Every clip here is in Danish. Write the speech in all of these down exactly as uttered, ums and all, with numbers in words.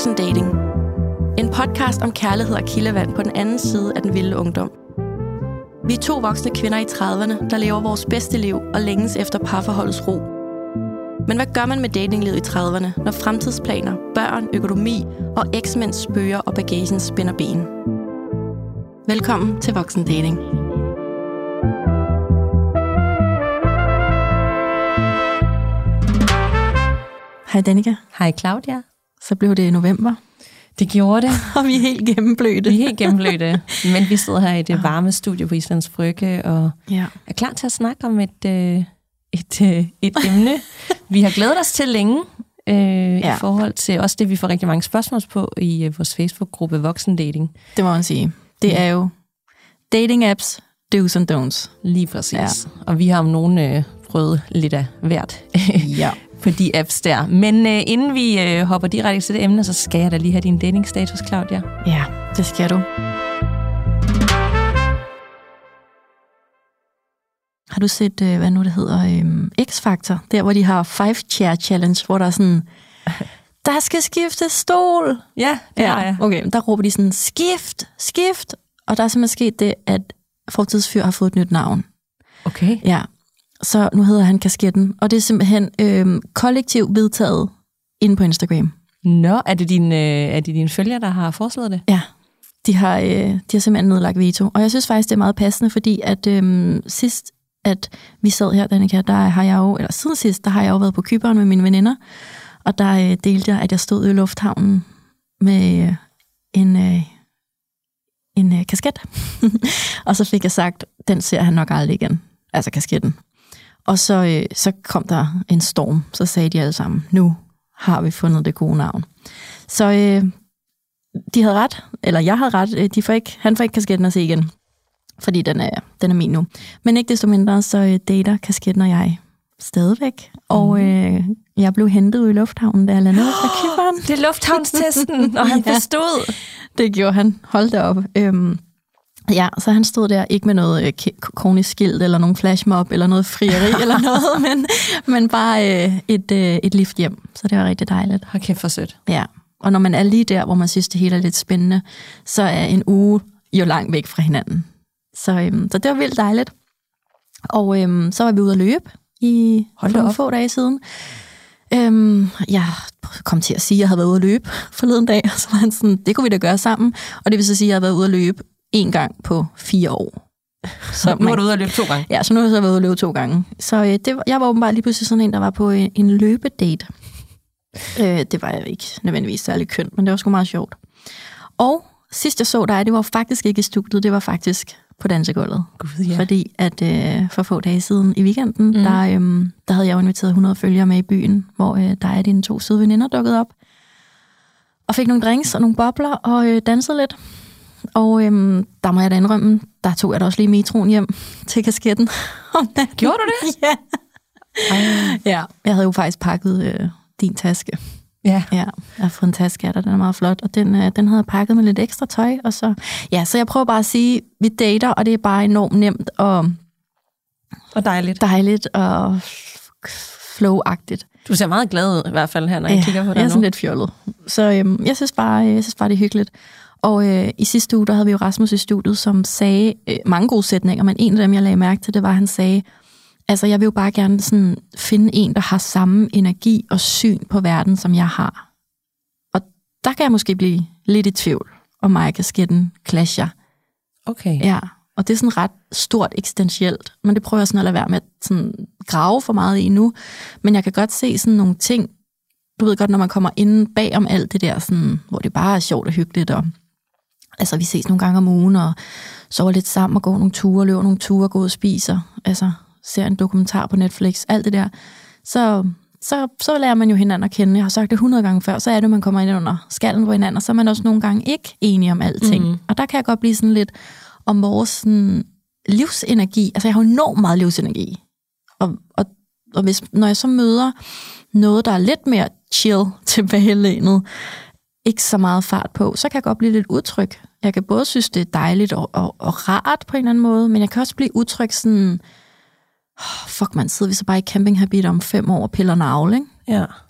Voksendating. En podcast om kærlighed og kildevand på den anden side af den vilde ungdom. Vi er to voksne kvinder i trediverne, der lever vores bedste liv og længes efter parforholdets ro. Men hvad gør man med datinglivet i trediverne, når fremtidsplaner, børn, økonomi og eksmænds spøger og bagagen spænder ben? Velkommen til Voksendating. Hej Danika. Hej Claudia. Så blev det november. Det gjorde det. Og vi er helt gennemblødte. Vi er helt gennemblødte. Men vi sidder her i det varme studie på Islands Brygge og ja. er klar til at snakke om et, øh, et, øh, et emne, vi har glædet os til længe. Øh, ja. I forhold til også det, vi får rigtig mange spørgsmål på i øh, vores Facebook-gruppe Voksendating. Det må man sige. Det er jo dating apps, do's and don'ts. Lige præcis. Ja. Og vi har om nogen øh, prøvet lidt af hvert. Ja. På de apps der. Men øh, inden vi øh, hopper direkte til det emne, så skal jeg da lige have din datingstatus, Claudia. Ja, det skal du. Har du set, øh, hvad nu det hedder, øh, X-Factor? Der, hvor de har Five Chair Challenge, hvor der er sådan, der skal skiftes stol. Ja, det ja, har jeg. Okay, der råber de sådan, skift, skift. Og der er simpelthen sket det, at Fortidsfyr har fået et nyt navn. Okay. Ja. Så nu hedder han Kasketten, og det er simpelthen øh, kollektivt vedtaget inde på Instagram. Nå, er det dine, er det dine følgere, der har foreslået det? Ja, de har, øh, de har simpelthen nedlagt veto. Og jeg synes faktisk, det er meget passende, fordi at øh, sidst, at vi sad her, Danika, der har jeg jo, eller siden sidst, der har jeg jo været på Cypern med mine veninder, og der øh, delte jeg, at jeg stod i lufthavnen med øh, en, øh, en øh, kasket. Og så fik jeg sagt, den ser han nok aldrig igen, altså kasketten. Og så, øh, så kom der en storm, så sagde de alle sammen, nu har vi fundet det gode navn. Så øh, de havde ret, eller jeg havde ret, de får ikke, han får ikke kasketten at se igen, fordi den er, den er min nu. Men ikke desto mindre, så øh, dater kasketten og jeg stadigvæk. Og øh, jeg blev hentet ud i lufthavnen, da jeg landede fra Cypern. Det er lufthavnstesten, og han ja, bestod. Det gjorde han. Hold da op. Øhm, Ja, så han stod der ikke med noget øh, kronisk skilt, eller nogen flashmob, eller noget frieri, eller noget, men, men bare øh, et, øh, et lift hjem. Så det var rigtig dejligt. Hold kæft for sødt. Ja, og når man er lige der, hvor man synes, det hele er lidt spændende, så er en uge jo langt væk fra hinanden. Så, øhm, så det var vildt dejligt. Og øhm, så var vi ude at løbe i for nogle få dage siden. Øhm, jeg kom til at sige, at jeg havde været ude at løbe forleden dag, og så var han sådan, det kunne vi da gøre sammen. Og det vil så sige, at jeg havde været ude at løbe en gang på fire år. Så nu var du ude at løbe to gange? Ja, så nu har jeg været ude at løbe to gange. Så øh, det, jeg var åbenbart lige pludselig sådan en, der var på en, en løbedate. Øh, det var jeg ikke nødvendigvis særlig kønt, men det var sgu meget sjovt. Og sidst jeg så dig, det var faktisk ikke i studiet, det var faktisk på dansegulvet. Gud, ja. Fordi at øh, for få dage siden i weekenden, mm. der, øh, der havde jeg jo inviteret hundrede følgere med i byen, hvor øh, der er dine to søde veninder dukket op. Og fik nogle drinks og nogle bobler og øh, dansede lidt. Og øhm, der må jeg da indrømme, der tog jeg da også lige metroen hjem til kasketten. Gjorde du det? Ja. Ja, jeg havde jo faktisk pakket øh, din taske. Ja. Ja, jeg har fået en taske af dig, den er meget flot. Og den, øh, den havde jeg pakket med lidt ekstra tøj. Og så, ja, så jeg prøver bare at sige, vi dater, og det er bare enormt nemt og, og dejligt. dejligt og flow-agtigt. Du ser meget glad ud i hvert fald her, når jeg ja, kigger på dig nu. Jeg er sådan lidt fjollet. Så øhm, jeg, synes bare, jeg synes bare, det er hyggeligt. Og øh, i sidste uge, der havde vi jo Rasmus i studiet, som sagde øh, mange gode sætninger, men en af dem, jeg lagde mærke til, det var, at han sagde, altså jeg vil jo bare gerne sådan finde en, der har samme energi og syn på verden, som jeg har. Og der kan jeg måske blive lidt i tvivl, om mig og kasketten clasher. Okay. Ja, og det er sådan ret stort eksistentielt, men det prøver jeg sådan at lade være med at sådan grave for meget i nu. Men jeg kan godt se sådan nogle ting, du ved godt, når man kommer inde bag om alt det der, sådan, hvor det bare er sjovt og hyggeligt, og altså, vi ses nogle gange om ugen, og sover lidt sammen, og går nogle ture, løber nogle ture, går ud og spiser, altså, ser en dokumentar på Netflix, alt det der. Så, så, så lærer man jo hinanden at kende. Jeg har sagt det hundrede gange før, så er det, man kommer ind under skallen på hinanden, og så er man også nogle gange ikke enige om alting. Mm. Og der kan jeg godt blive sådan lidt om vores sådan, livsenergi. Altså, jeg har jo enormt meget livsenergi. Og, og, og hvis, når jeg så møder noget, der er lidt mere chill tilbagelænet, ikke så meget fart på, så kan jeg godt blive lidt utryg. Jeg kan både synes, det er dejligt og, og, og rart på en eller anden måde, men jeg kan også blive utryg sådan, oh, fuck man, sidder vi så bare i campinghabit om fem år og piller navle, ikke? Ja. Ja.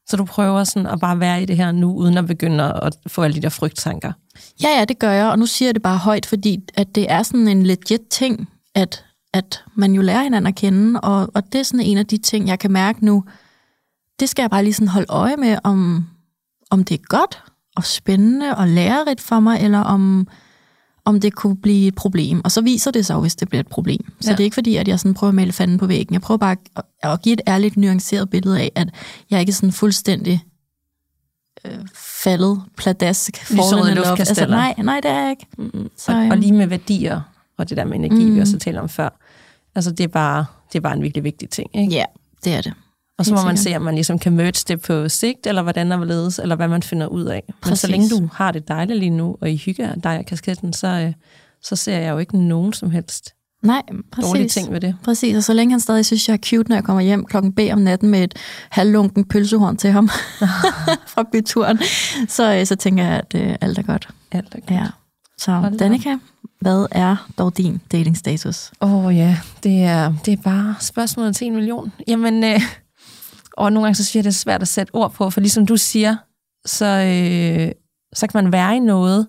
Så du prøver sådan at bare være i det her nu, uden at begynde at få alle de der frygttanker? Ja, ja, det gør jeg, og nu siger jeg det bare højt, fordi at det er sådan en legit ting, at, at man jo lærer hinanden at kende, og, og det er sådan en af de ting, jeg kan mærke nu, det skal jeg bare lige sådan holde øje med, om, om det er godt og spændende og lærerigt for mig, eller om, om det kunne blive et problem. Og så viser det sig jo, hvis det bliver et problem. Så ja. Det er ikke fordi, at jeg sådan prøver at male fanden på væggen. Jeg prøver bare at, at give et ærligt, nuanceret billede af, at jeg ikke er sådan fuldstændig øh, faldet, pladask, fallen in love. Altså, nej, nej, det er jeg ikke. Mm-hmm. Så, og, og lige med værdier, og det der med energi, mm. vi også talte om før. Altså, det er bare, det er bare en virkelig vigtig ting, ikke? Ja, det er det. Og så må man se, om man ligesom kan merge det på sigt, eller hvordan der vil ledes, eller hvad man finder ud af. Præcis. Men så længe du har det dejligt lige nu, og I hygger dig og kasketten, så, så ser jeg jo ikke nogen som helst Nej, præcis. dårlige ting ved det. Præcis, og så længe han stadig synes, jeg er cute, når jeg kommer hjem klokken B om natten med et halvlunken pølsehorn til ham fra byturen, så, så tænker jeg, at øh, alt er godt. Alt er godt. Ja. Så Danika, hvad er dog din datingstatus? Åh oh, ja, det er, det er bare spørgsmålet til en million. Jamen... Øh, Og nogle gange så siger jeg, det er svært at sætte ord på, for ligesom du siger, så, øh, så kan man være i noget,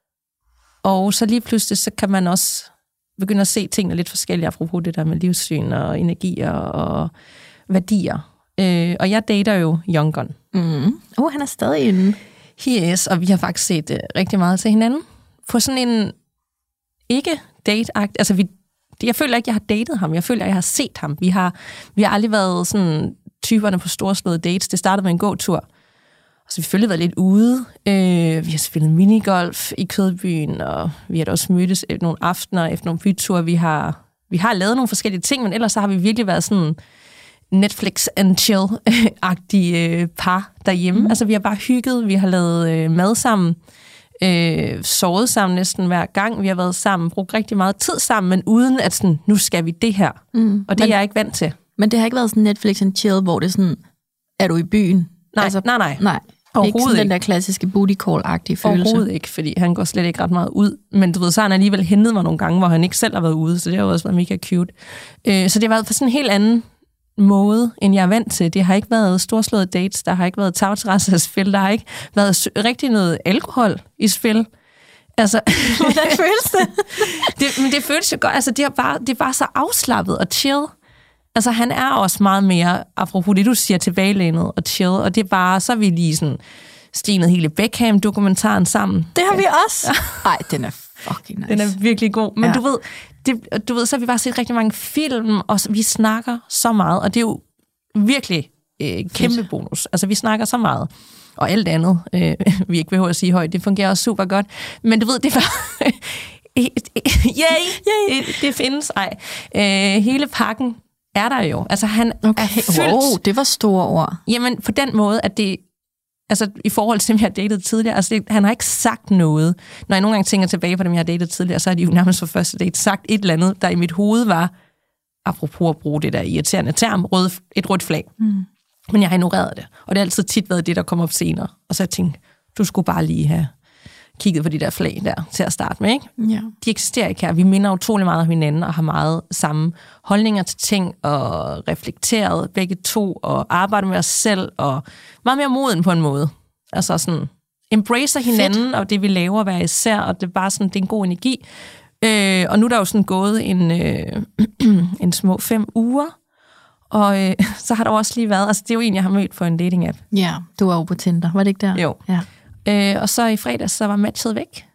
og så lige pludselig, så kan man også begynde at se tingene lidt forskellige, apropos det der med livssyn og energier og værdier. Øh, og jeg dater jo Young Gun. Mm. Oh, han er stadig inde. He is, og vi har faktisk set øh, rigtig meget til hinanden. På sådan en ikke-date-agt. Altså, vi, jeg føler ikke, jeg har datet ham. Jeg føler, jeg har set ham. Vi har, vi har aldrig været sådan... typerne på storslåede dates. Det startede med en gåtur. Og så vi selvfølgelig været lidt ude. Øh, vi har spillet minigolf i Kødbyen, og vi har da også mødtes nogle aftener efter nogle byture. Vi har, vi har lavet nogle forskellige ting, men ellers så har vi virkelig været sådan Netflix and chill-agtige øh, par derhjemme. Mm. Altså vi har bare hygget, vi har lavet øh, mad sammen, øh, sovet sammen næsten hver gang. Vi har været sammen, brugt rigtig meget tid sammen, men uden at sådan, nu skal vi det her. Mm. Og det men, er jeg ikke vant til. Men det har ikke været sådan Netflix and chill, hvor det er sådan, er du i byen? Nej, altså, nej, nej. Nej. Ikke sådan den der klassiske booty call-agtige følelse. Overhovedet ikke, fordi han går slet ikke ret meget ud. Men du ved, så har han alligevel hentet mig nogle gange, hvor han ikke selv har været ude, så det har jo også været mega cute. Øh, så det har været på sådan en helt anden måde, end jeg er vant til. Det har ikke været storslåede dates, der har ikke været tagterrasse at spil, der har ikke været rigtig noget alkohol i spil. Altså, hvordan føles det? det? Men det føles jo godt. Altså, det er bare, det er bare så afslappet og chill. Altså, han er også meget mere, apropos det, du siger, tilbagelænet og chill, og det er bare, så er vi lige sådan stenet hele Beckham-dokumentaren sammen. Det har vi også. Nej, den er fucking nice. Den er virkelig god. Men ja. du ved, det, du ved, så har vi bare set rigtig mange film, og vi snakker så meget, og det er jo virkelig øh, kæmpe bonus. Altså, vi snakker så meget. Og alt andet, øh, vi ikke behøver at sige højt, det fungerer også super godt. Men du ved, det var... Yay! Yay! Det, det findes, ej. Øh, hele pakken er der jo. Altså, han okay. er fyldt. Wow, det var store ord. Jamen, på den måde, at det... Altså, i forhold til dem, jeg har datet tidligere, altså, det, han har ikke sagt noget. Når jeg nogle gange tænker tilbage på dem, jeg har datet tidligere, så har de jo nærmest for første date sagt et eller andet, der i mit hoved var, apropos at bruge det der irriterende term, rød, et rødt flag. Mm. Men jeg har ignoreret det. Og det har altid tit været det, der kommer op senere. Og så jeg tænkte, du skulle bare lige have kigget på de der flag der til at starte med, ikke? Ja. De eksisterer ikke her. Vi minder utrolig meget om hinanden og har meget samme holdninger til ting og reflekteret begge to og arbejder med os selv og meget mere moden på en måde. Altså sådan embracer hinanden Fedt. Og det, vi laver hver især, og det er bare sådan, det er en god energi. Øh, og nu er der jo sådan gået en, øh, en små fem uger, og øh, så har der også lige været, altså det er jo en, jeg har mødt på en dating-app. Ja, du var jo på Tinder, var det ikke der? Jo. Ja. Øh, og så i fredags, så var matchet væk.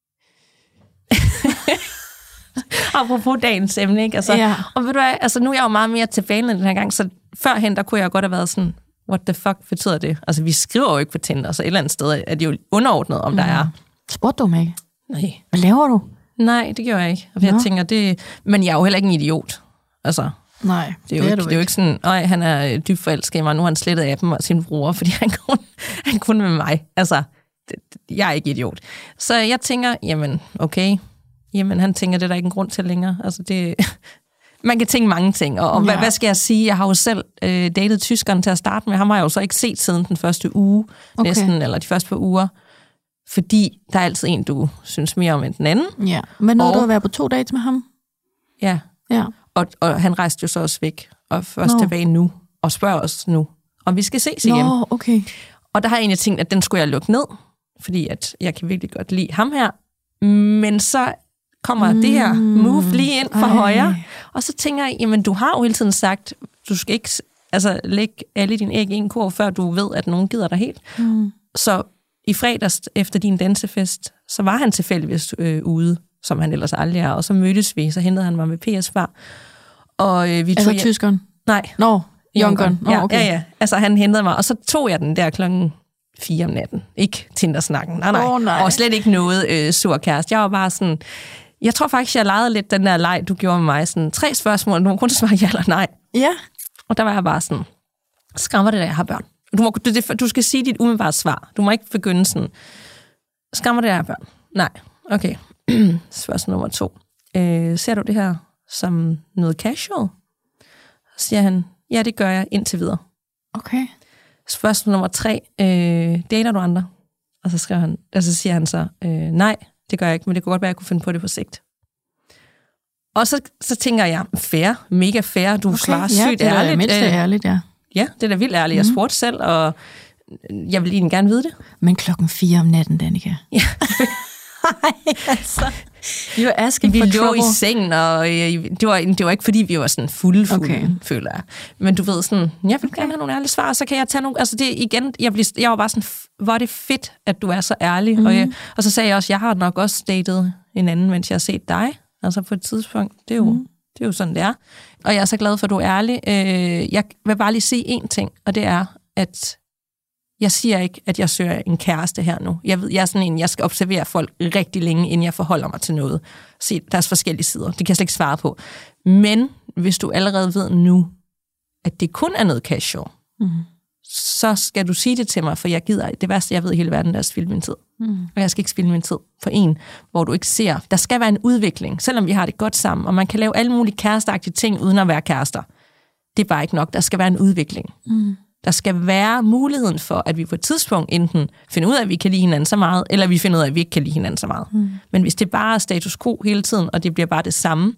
Apropos dagens emne, ikke? Altså, ja. Og ved du hvad, altså nu er jeg jo meget mere tilbagelænet den her gang, så førhen, der kunne jeg godt have været sådan, what the fuck betyder det? Altså vi skriver jo ikke på Tinder, så et eller andet sted er det jo underordnet, om mm. der er. Spurgte du mig ikke? Nej. Hvad laver du? Nej, det gjorde jeg ikke. Og jeg Nå. tænker, det... Men jeg er jo heller ikke en idiot. Altså... Nej, det er jo, det er ikke, det er jo ikke sådan, nej, han er dybt forelsket i mig, nu har han slettet appen og sin bror, fordi han kun, han kun med mig. Altså, det, jeg er ikke idiot. Så jeg tænker, jamen, okay, jamen, han tænker, det er der ikke en grund til længere. Altså, det, man kan tænke mange ting, og, og ja. hvad, hvad skal jeg sige? Jeg har jo selv øh, datet tyskeren til at starte med, ham har jeg jo så ikke set siden den første uge, okay. næsten, eller de første par uger, fordi der er altid en, du synes mere om end den anden. Ja, men nåede du at være på to dates med ham? Ja. Ja. Og, og han rejste jo så også væk, og først Nå. tilbage nu, og spørger os nu, om vi skal ses igen. Nå, okay. Og der har jeg egentlig tænkt, at den skulle jeg lukke ned, fordi at jeg kan virkelig godt lide ham her. Men så kommer mm. det her move lige ind fra Ej. højre, og så tænker jeg, jamen du har jo hele tiden sagt, du skal ikke altså, lægge alle dine æg i en kurv, før du ved, at nogen gider dig helt. Mm. Så i fredags efter din dansefest, så var han tilfældigvis øh, ude, som han ellers aldrig er, og så mødtes vi, så hentede han mig med P S far. Og, øh, vi altså tog, tyskeren? Nej. Nå, Junkeren. Ja, okay. ja, ja. Altså han hentede mig, og så tog jeg den der klokken fire om natten. Ikke Tinder-snakken. Nej, nej. Oh, nej. Og slet ikke noget øh, sur kæreste. Jeg var bare sådan... Jeg tror faktisk, jeg legede lidt den der leg, du gjorde med mig. Sådan tre spørgsmål, du må kun svare ja eller nej. Ja. Og der var jeg bare sådan... Skræmmer det, da jeg har børn? Du, må, du, du skal sige dit umiddelbare svar. Du må ikke begynde sådan... Skræmmer det, da jeg har børn? Nej. Okay. Spørgsmål nummer to. Øh, ser du det her som noget casual? Så siger han, ja, det gør jeg indtil videre. Okay. Spørgsmål nummer tre, øh, dater du andre? Og så skriver han, og så siger han så, øh, nej, det gør jeg ikke, men det kunne godt være, at jeg kunne finde på det på sigt. Og så, så tænker jeg, fair, mega fair, du okay, svarer ja, sygt det er ærligt. mindst Øh, ærligt, ja. Ja, det er da vildt ærligt. Jeg Mm. spurgte selv, og jeg vil egentlig gerne vide det. Men klokken fire om natten, Danika. Ja. Ej, altså. You are asking Vi for lå trouble. i sengen, og øh, det, var, det var ikke, fordi vi var sådan fulde, fulde Okay. føler jeg. Men du ved sådan, jeg vil gerne have nogle ærlige svar, så kan jeg tage nogle... Altså det igen, jeg, blev, jeg var bare sådan, hvor er det fedt, at du er så ærlig. Mm-hmm. Og, jeg, og så sagde jeg også, jeg har nok også datet en anden, mens jeg har set dig. Altså på et tidspunkt. Det er jo, mm. det er jo sådan, det er. Og jeg er så glad for, at du er ærlig. Øh, jeg vil bare lige sige én ting, og det er, at jeg siger ikke, at jeg søger en kæreste her nu. Jeg ved, jeg er sådan en, jeg skal observere folk rigtig længe, inden jeg forholder mig til noget. Se, der er forskellige sider. Det kan jeg slet ikke svare på. Men hvis du allerede ved nu, at det kun er noget casual, mm. så skal du sige det til mig, for jeg gider det værste, jeg ved i hele verden, der er at spilde min tid. Mm. Og jeg skal ikke spilde min tid for en, hvor du ikke ser. Der skal være en udvikling, selvom vi har det godt sammen, og man kan lave alle mulige kæresteagtige ting, uden at være kærester. Det er bare ikke nok. Der skal være en udvikling. Mm. Der skal være muligheden for, at vi på et tidspunkt enten finder ud af, at vi kan lide hinanden så meget, eller vi finder ud af, at vi ikke kan lide hinanden så meget. Mm. Men hvis det bare er status quo hele tiden, og det bliver bare det samme,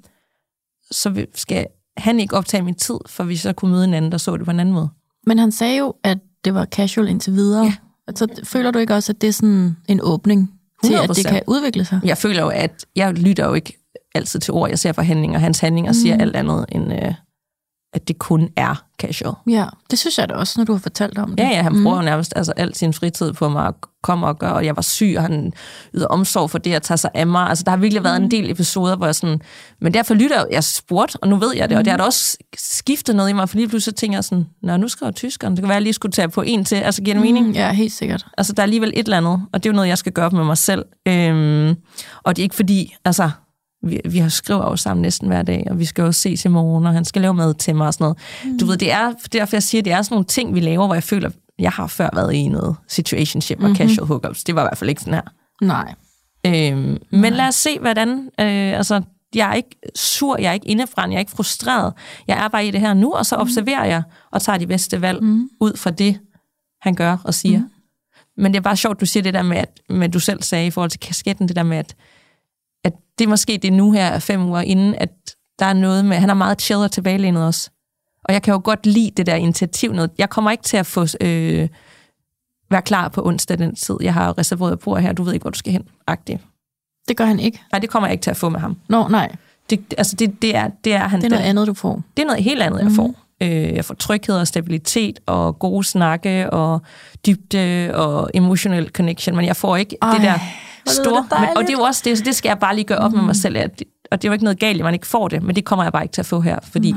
så skal han ikke optage min tid, for vi så kunne møde hinanden, der så det på en anden måde. Men han sagde jo, at det var casual indtil videre. Ja. Altså, føler du ikke også, at det er sådan en åbning til, hundrede procent. At det kan udvikle sig? Jeg føler jo, at jeg lytter jo ikke altid til ord. Jeg ser forhandlinger, hans handlinger mm. siger alt andet end... Øh, at det kun er casual. Ja, det synes jeg da også, når du har fortalt om det. Ja, ja, han mm. bruger jo nærmest altså, al sin fritid på mig at komme og gøre, og jeg var syg, og han yder omsorg for det at tage sig af mig. Altså, der har virkelig været mm. en del episoder, hvor jeg sådan... Men derfor lytter jeg, jeg spurgte, og nu ved jeg det, mm. og det har da også skiftet noget i mig, for lige pludselig tænker jeg sådan, nå, nu skriver tyskeren, det kan være, at jeg lige skulle tage på en til, altså giver det mening? Mm, ja, helt sikkert. Altså, der er alligevel et eller andet, og det er jo noget, jeg skal gøre op med mig selv. Øhm, og det er ikke fordi, altså... Vi, vi har skriver jo sammen næsten hver dag, og vi skal jo ses i morgen, og han skal lave mad til mig og sådan noget. Mm. Du ved, det er derfor, jeg siger, det er sådan nogle ting, vi laver, hvor jeg føler, jeg har før været i noget situationship og mm-hmm. casual hookups. Det var i hvert fald ikke sådan her. Nej. Øhm, men Nej. Lad os se, hvordan... Øh, altså, jeg er ikke sur, jeg er ikke indefra, jeg er ikke frustreret. Jeg er bare i det her nu, og så observerer jeg, og tager de bedste valg mm. ud fra det, han gør og siger. Mm. Men det er bare sjovt, du siger det der med, at med du selv sagde i forhold til kasketten, det der med, at at det er måske det nu her fem uger inden, at der er noget med, han er meget chill og tilbagelænet også. Og jeg kan jo godt lide det der initiativ noget. Jeg kommer ikke til at få øh, være klar på onsdag den tid. Jeg har reserveret bord her, du ved ikke, hvor du skal hen. Agtigt. Det gør han ikke? Nej, det kommer jeg ikke til at få med ham. Nå, nej. Det, altså det, det, er, det er han. Det er noget der, andet, du får. Det er noget helt andet, mm-hmm. jeg får. Øh, jeg får tryghed og stabilitet og gode snakke og dybde og emotional connection, men jeg får ikke Ej. det der... Stor, det men, og det er jo også det, så det skal jeg bare lige gøre op mm. med mig selv, at, og det er jo ikke noget galt, at man ikke får det, men det kommer jeg bare ikke til at få her, fordi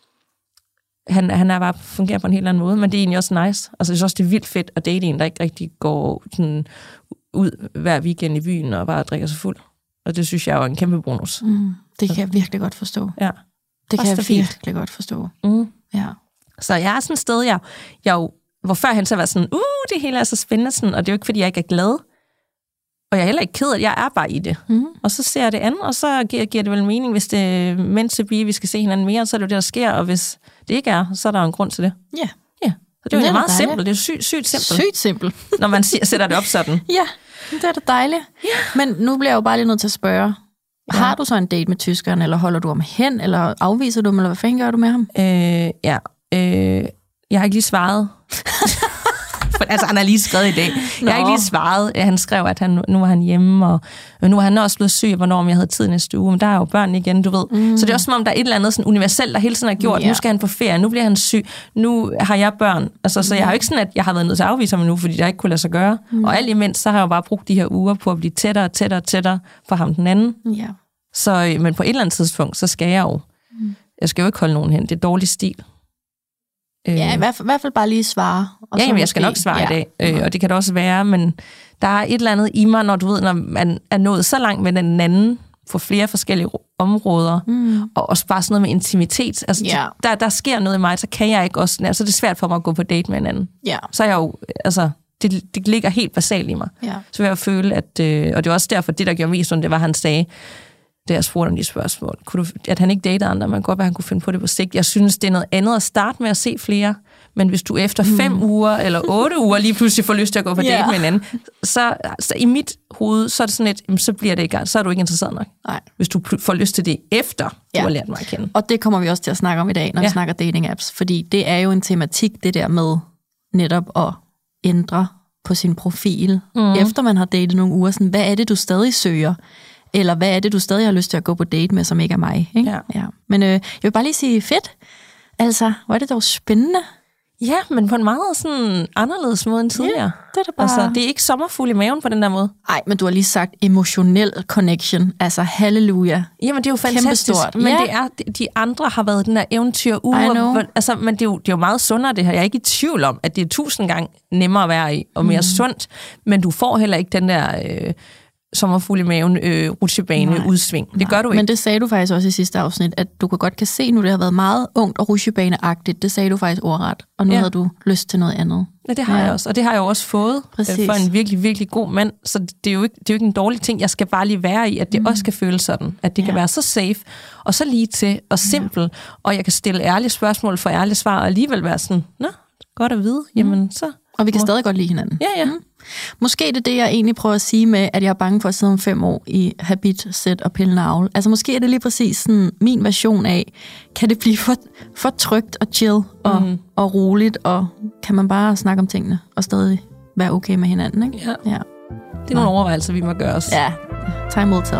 han, han er bare fungerer på en helt anden måde, men det er egentlig også nice. Altså jeg synes også, det er vildt fedt at date en, der ikke rigtig går sådan, ud hver weekend i byen og bare drikker sig fuld. Og det synes jeg er jo en kæmpe bonus. Mm. Det kan jeg virkelig godt forstå. Ja. Det kan jeg virkelig godt forstå. Mm. Ja. Så jeg er sådan et sted, jeg, jeg jo, hvor før han så var sådan, uh, det hele er så spændende, sådan, og det er jo ikke, fordi jeg ikke er glad. Og jeg er heller ikke ked af, jeg er bare i det. Mm. Og så ser jeg det andet, og så giver, giver det vel mening, hvis det er meant to be, vi skal se hinanden mere, så er det jo det, der sker, og hvis det ikke er, så er der jo en grund til det. Ja. Yeah. Ja. Så det er jo det er meget dejligt. Simpelt. Det er sygt, sygt simpelt. Sygt simpelt. Når man sætter det op sådan. Ja, det er da dejligt. Yeah. Men nu bliver jeg jo bare lige nødt til at spørge, ja. Har du så en date med tyskeren, eller holder du ham hen, eller afviser du ham, eller hvad fanden gør du med ham? Øh, ja, øh, Jeg har ikke lige svaret. For, altså, han har lige skrevet i dag. Jeg har ikke lige svaret. Han skrev, at han, nu var han hjemme, og nu er han også blevet syg, hvornår om jeg havde tid næste uge. Men der er jo børn igen, du ved. Mm. Så det er også som om, der er et eller andet sådan universelt, der hele tiden har gjort, yeah. nu skal han på ferie, nu bliver han syg, nu har jeg børn. Altså, så jeg har jo ikke sådan, at jeg har været nødt til at afvise ham nu, fordi jeg ikke kunne lade sig gøre. Mm. Og alt imens, så har jeg jo bare brugt de her uger på at blive tættere, tættere, tættere for ham den anden. Yeah. Så, men på et eller andet tidspunkt, så skal jeg jo. Mm. Jeg skal jo ikke holde nogen hen. Det er dårlig stil. Ja, i hvert fald, i hvert fald bare lige svare. Og ja, jamen, jeg skal nok svare ja. i dag, øh, og det kan det også være, men der er et eller andet i mig, når du ved, når man er nået så langt med den anden på flere forskellige områder, mm. og også bare sådan noget med intimitet. Altså, ja. der, der sker noget i mig, så kan jeg ikke også, altså det er svært for mig at gå på date med en anden. Ja. Så er jeg jo, altså, det, det ligger helt basalt i mig. Ja. Så vil jeg føle, at, øh, og det var også derfor, det der gjorde mest ondt, det var, han sagde, da jeg spurgte om de spørgsmål, kunne du, at han ikke datede andre, man kan godt være, han kunne finde på det på sigt. Jeg synes, det er noget andet at starte med at se flere, men hvis du efter fem mm. uger eller otte uger lige pludselig får lyst til at gå på date yeah. med en anden, så, så i mit hoved, så er det sådan lidt, så bliver det ikke, så er du ikke interesseret nok. Nej. Hvis du får lyst til det efter, ja. du har lært mig at kende. Og det kommer vi også til at snakke om i dag, når ja. vi snakker dating apps, fordi det er jo en tematik, det der med netop at ændre på sin profil, mm. efter man har datet nogle uger, sådan, hvad er det, du stadig søger? Eller hvad er det, du stadig har lyst til at gå på date med, som ikke er mig? Ikke? Ja. Ja. Men øh, jeg vil bare lige sige, fedt. Altså, hvor er det dog spændende. Ja, men på en meget sådan anderledes måde end tidligere. Ja, det er det bare. Altså, det er ikke sommerfugl i maven på den der måde. Nej, men du har lige sagt emotionel connection. Altså, halleluja. Jamen, det er jo fantastisk. Men ja. det er, de andre har været den der eventyruge. Altså, men det er, jo, det er jo meget sundere, det her. Jeg er ikke i tvivl om, at det er tusind gange nemmere at være i, og mere mm. sundt. Men du får heller ikke den der... Øh, sommerfugl i maven, øh, rutsjebane, nej, udsving. Det nej. gør du ikke. Men det sagde du faktisk også i sidste afsnit, at du godt kan se nu, det har været meget ungt og rutsjebaneagtigt. Det sagde du faktisk ordret. Og nu ja. havde du lyst til noget andet. Ja, det har ja. jeg også. Og det har jeg også fået Præcis. for en virkelig, virkelig god mand. Så det er, jo ikke, det er jo ikke en dårlig ting. Jeg skal bare lige være i, at det mm. også kan føles sådan. At det ja. kan være så safe, og så lige til, og simpel. Ja. Og jeg kan stille ærlige spørgsmål for ærlige svar, og alligevel være sådan, nå, godt at vide. Jamen, mm. så... Og vi kan stadig godt lide hinanden. Ja, ja. Mm. Måske det er det, jeg egentlig prøver at sige med, at jeg er bange for at sidde om fem år i habit, sæt og pille navle. Altså måske er det lige præcis sådan min version af, kan det blive for, for trygt og chill og, mm. og roligt, og kan man bare snakke om tingene og stadig være okay med hinanden, ikke? Ja. ja. Det er nogle overvejelser, vi må gøre os. Ja, time will tell.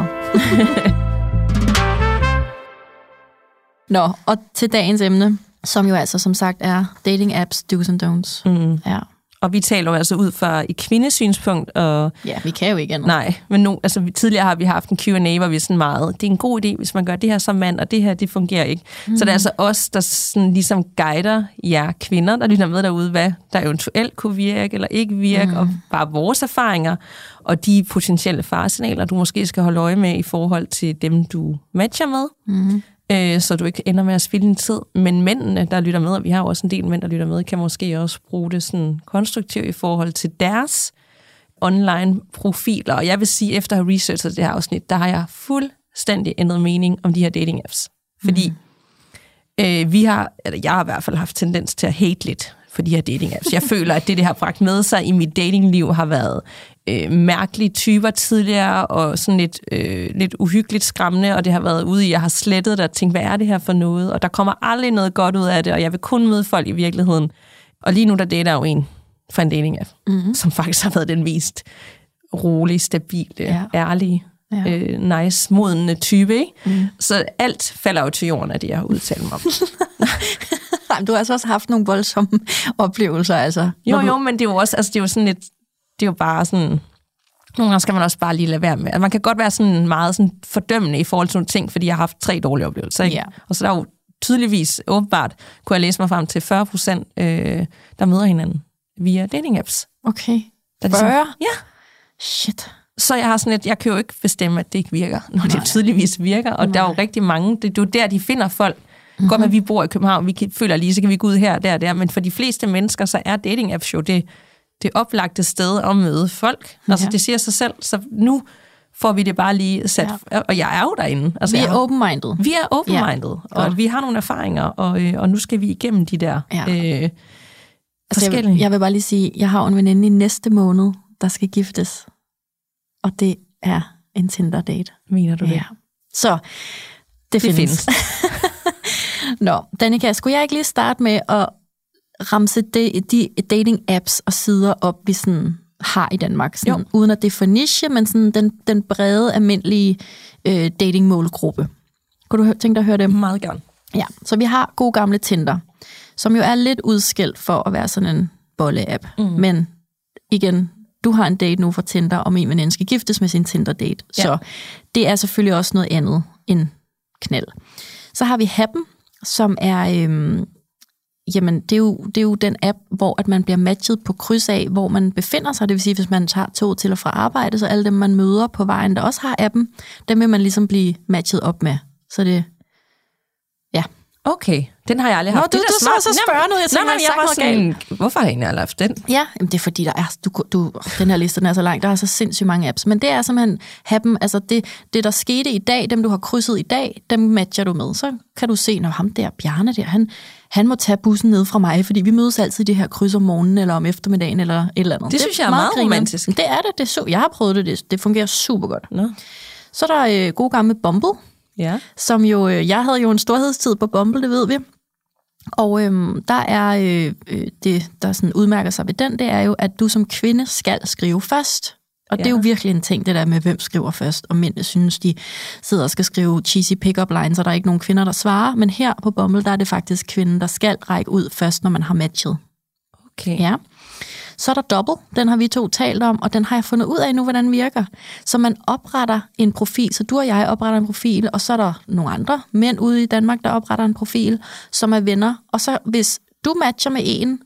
Nå, og til dagens emne, som jo altså som sagt er dating apps, do's and don'ts. Mm. Ja. Og vi taler jo altså ud fra et kvindesynspunkt. Og ja, vi kan jo ikke andet. Nej, men nu, altså, tidligere har vi haft en Q and A, hvor vi sådan meget, det er en god idé, hvis man gør det her som mand, og det her, det fungerer ikke. Mm. Så det er altså os, der sådan ligesom guider jer kvinder, der lytter med derude, hvad der eventuelt kunne virke eller ikke virke, mm. og bare vores erfaringer, og de potentielle faresignaler, du måske skal holde øje med i forhold til dem, du matcher med. Mm. Så du ikke ender med at spilde din tid. Men mændene, der lytter med, og vi har jo også en del mænd, der lytter med, kan måske også bruge det sådan konstruktivt i forhold til deres online-profiler. Og jeg vil sige, efter at have researchet det her afsnit, der har jeg fuldstændig ændret mening om de her dating-apps. Fordi mm. øh, vi har, eller jeg har i hvert fald haft tendens til at hate lidt for de her dating-apps. Jeg føler, at det, det har bragt med sig i mit datingliv, har været øh, mærkelige typer tidligere, og sådan lidt, øh, lidt uhyggeligt skræmmende, og det har været ude i, jeg har slettet det og tænkt, hvad er det her for noget? Og der kommer aldrig noget godt ud af det, og jeg vil kun møde folk i virkeligheden. Og lige nu, der dater jo en fra en dating-app, mm-hmm. som faktisk har været den mest rolige, stabile, ja. ærlige, ja. øh, nice, modende type, ikke? Mm. Så alt falder jo til jorden af det, jeg har udtalt mig om. Du har altså også haft nogle voldsomme oplevelser, altså. Jo, du... jo, men det er jo også, altså det er jo sådan lidt, det er jo bare sådan, nogle gange skal man også bare lige lade være med. Altså, man kan godt være sådan meget sådan fordømmende i forhold til nogle ting, fordi jeg har haft tre dårlige oplevelser, ikke? Ja. Og så der er jo tydeligvis, åbenbart, kunne jeg læse mig frem til fyrre procent, øh, der møder hinanden via dating apps. Okay. fyrre? Sådan, ja. Shit. Så jeg har sådan et, jeg kan jo ikke bestemme, at det ikke virker, når Nej. det tydeligvis virker, og Nej. der er jo rigtig mange, det er jo der, de finder folk. Mm-hmm. Godt, at vi bor i København, vi kan, føler lige, så kan vi gå ud her og der og der, men for de fleste mennesker, så er dating apps jo det, det oplagte sted at møde folk. Altså, ja. det siger sig selv, så nu får vi det bare lige sat, ja. og jeg er jo derinde. Altså, vi er har, open-minded. Vi er open-minded, ja. og vi har nogle erfaringer, og, øh, og nu skal vi igennem de der ja. øh, altså, jeg, vil, jeg vil bare lige sige, jeg har en veninde i næste måned, der skal giftes, og det er en Tinder-date. Mener du det? Ja. Så, det, det findes. findes. Nå, Danika, skulle jeg ikke lige starte med at ramse de, de dating-apps og sider op, vi sådan har i Danmark. Sådan, uden at det er for niche, men sådan den, den brede, almindelige øh, dating-målgruppe. Kunne du tænke dig at høre det? Meget gerne. Ja, så vi har god gamle Tinder, som jo er lidt udskilt for at være sådan en bolle-app. Mm. Men igen, du har en date nu fra Tinder, og min veninde skal giftes med sin Tinder-date. Ja. Så det er selvfølgelig også noget andet end knald. Så har vi Happen, som er... Øhm, Jamen, det er, jo, det er jo den app, hvor at man bliver matchet på kryds af, hvor man befinder sig. Det vil sige, hvis man tager tog til og fra arbejde, så alle dem, man møder på vejen, der også har appen, dem vil man ligesom blive matchet op med. Så det, ja. Okay, den har jeg aldrig haft. Nå, du, det du så også spørger noget, jeg tænker, jeg, jeg var sådan, hvorfor har jeg egentlig aldrig haft den? Ja, jamen det er fordi, der er, du, du, den her liste den er så lang, der er så sindssygt mange apps. Men det er simpelthen Happen, altså det, det, der skete i dag, dem du har krydset i dag, dem matcher du med. Så kan du se, når ham der, Bjarne der, han, han må tage bussen ned fra mig, fordi vi mødes altid i det her kryds om morgenen, eller om eftermiddagen, eller et eller andet. Det, det synes jeg er meget, meget romantisk. Det er det, det er så, jeg har prøvet det, det, det fungerer super godt. Nå. Så er der øh, god gamle Bumble, ja. Som jo, øh, jeg havde jo en storhedstid på Bumble, det ved vi. Og øhm, der er øh, det, der sådan udmærker sig ved den, det er jo, at du som kvinde skal skrive først. Og ja. Det er jo virkelig en ting, det der med, hvem skriver først. Og mænd synes, de sidder og skal skrive cheesy pick-up lines, og der er ikke nogen kvinder, der svarer. Men her på Bumble, der er det faktisk kvinden, der skal række ud først, når man har matchet. Okay. Ja. Så er der Double, den har vi to talt om, og den har jeg fundet ud af nu, hvordan den virker. Så man opretter en profil, så du og jeg opretter en profil, og så er der nogle andre mænd ude i Danmark, der opretter en profil, som er venner. Og så hvis du matcher med en,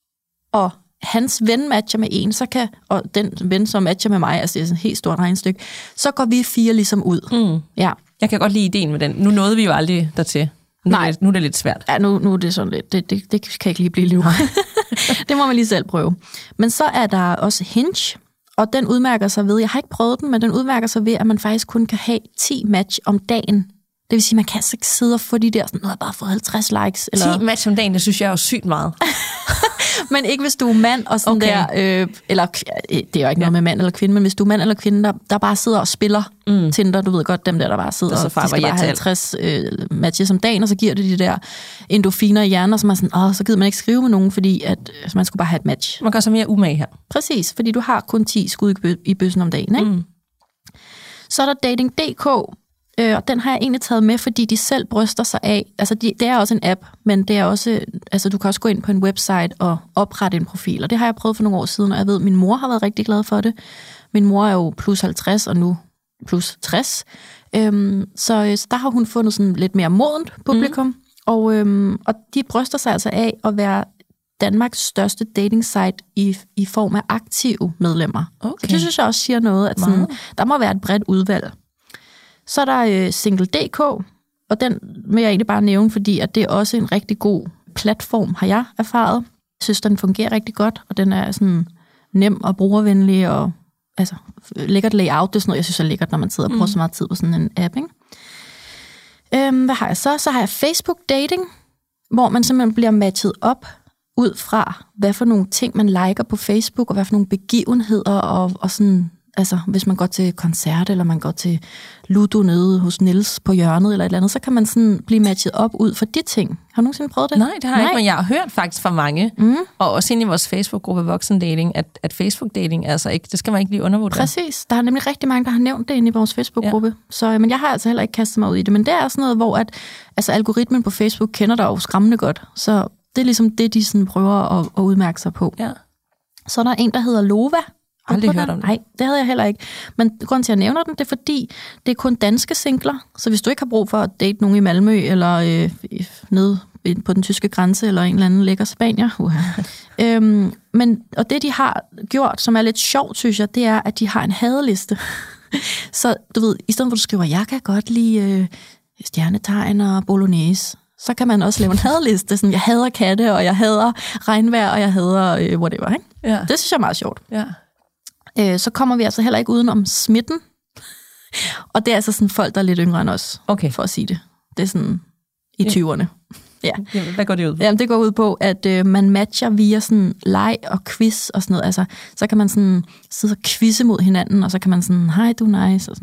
og hans ven matcher med en, så kan, og den ven, som matcher med mig, altså det er sådan et helt stort regnestykke, så går vi fire ligesom ud. Mm. Ja. Jeg kan godt lide ideen med den. Nu nåede vi jo aldrig dertil. Nu, Nej. Er det, nu er det lidt svært. Ja, nu, nu er det sådan lidt, det, det, det kan ikke lige blive liv. Det må man lige selv prøve. Men så er der også Hinge, og den udmærker sig ved, jeg har ikke prøvet den, men den udmærker sig ved, at man faktisk kun kan have ti match om dagen. Det vil sige, man kan altså ikke sidde og få de der, sådan, nu har jeg bare fået halvtreds likes. Eller... ti match om dagen, det synes jeg er jo sygt meget. Men ikke hvis du er mand og sådan okay. der, øh, eller det er jo ikke noget ja. med mand eller kvinde, men hvis du er mand eller kvinde, der, der bare sidder og spiller mm. Tinder, du ved godt, dem der, der bare sidder, og de skal bare have halvtreds øh, matches om dagen, og så giver det de der endorfiner i hjernen, og så er man sådan, åh, så gider man ikke skrive med nogen, fordi at, altså, man skulle bare have et match. Man gør så mere umage her. Præcis, fordi du har kun ti skud i bøssen om dagen, ikke? Mm. Så er der Dating punktum d k, og den har jeg egentlig taget med, fordi de selv bryster sig af, altså de, det er også en app, men det er også, altså du kan også gå ind på en website og oprette en profil, og det har jeg prøvet for nogle år siden, og jeg ved, at min mor har været rigtig glad for det. Min mor er jo plus halvtreds, og nu plus tres, øhm, så, så der har hun fundet sådan lidt mere modent publikum, mm. og, øhm, og de bryster sig altså af at være Danmarks største dating site i, i form af aktive medlemmer. Okay. Så det synes jeg også siger noget, at sådan, der må være et bredt udvalg. Så er der øh, Single punktum d k, og den vil jeg egentlig bare nævne, fordi at det er også en rigtig god platform, har jeg erfaret. Jeg synes, den fungerer rigtig godt, og den er sådan nem og brugervenlig, og altså, lækkert layout, det er sådan noget, jeg synes er lækkert, når man sidder og bruger mm. så meget tid på sådan en app, ikke? Øhm, hvad har jeg så? Så har jeg Facebook Dating, hvor man simpelthen bliver matchet op ud fra, hvad for nogle ting, man liker på Facebook, og hvad for nogle begivenheder, og, og sådan... Altså, hvis man går til koncert, eller man går til Ludo nede hos Niels på hjørnet, eller et eller andet, så kan man sådan blive matchet op ud for de ting. Har du nogensinde prøvet det? Nej, det har jeg Nej. ikke, men jeg har hørt faktisk fra mange, mm. og også inde i vores Facebook-gruppe Voksendating, at, at Facebook-dating er altså ikke, det skal man ikke lige undervurdere. Præcis. Der er nemlig rigtig mange, der har nævnt det inde i vores Facebook-gruppe. Ja. Så, men jeg har altså heller ikke kastet mig ud i det. Men det er sådan noget, hvor at, altså, algoritmen på Facebook kender dig jo skræmmende godt. Så det er ligesom det, de sådan prøver at, at udmærke sig på. Ja. Så er der en, der hedder Lova. Aldrig hørt om det. Nej, det havde jeg heller ikke. Men grunden til, at jeg nævner den, det er fordi, det er kun danske singler. Så hvis du ikke har brug for at date nogen i Malmø, eller øh, nede på den tyske grænse, eller en eller anden lækker spanier. Uh-huh. øhm, men, og det, de har gjort, som er lidt sjovt, synes jeg, det er, at de har en hadeliste. Så du ved, i stedet for at du skriver, jeg kan godt lide øh, stjernetegn og bolognese, så kan man også lave en hadeliste. Sådan, jeg hader katte, og jeg hader regnvejr, og jeg hader øh, whatever. Ikke? Ja. Det synes jeg er meget sjovt. Ja. Så kommer vi altså heller ikke uden om smitten. Og det er altså sådan folk, der er lidt yngre end os, okay. for at sige det. Det er sådan i tyverne. Ja. Jamen, hvad går det ud på? Jamen, det går ud på, at øh, man matcher via sådan leg og quiz og sådan noget. Altså, så kan man sådan sidde og quizze mod hinanden, og så kan man sådan, hej, du er nice, og sådan noget.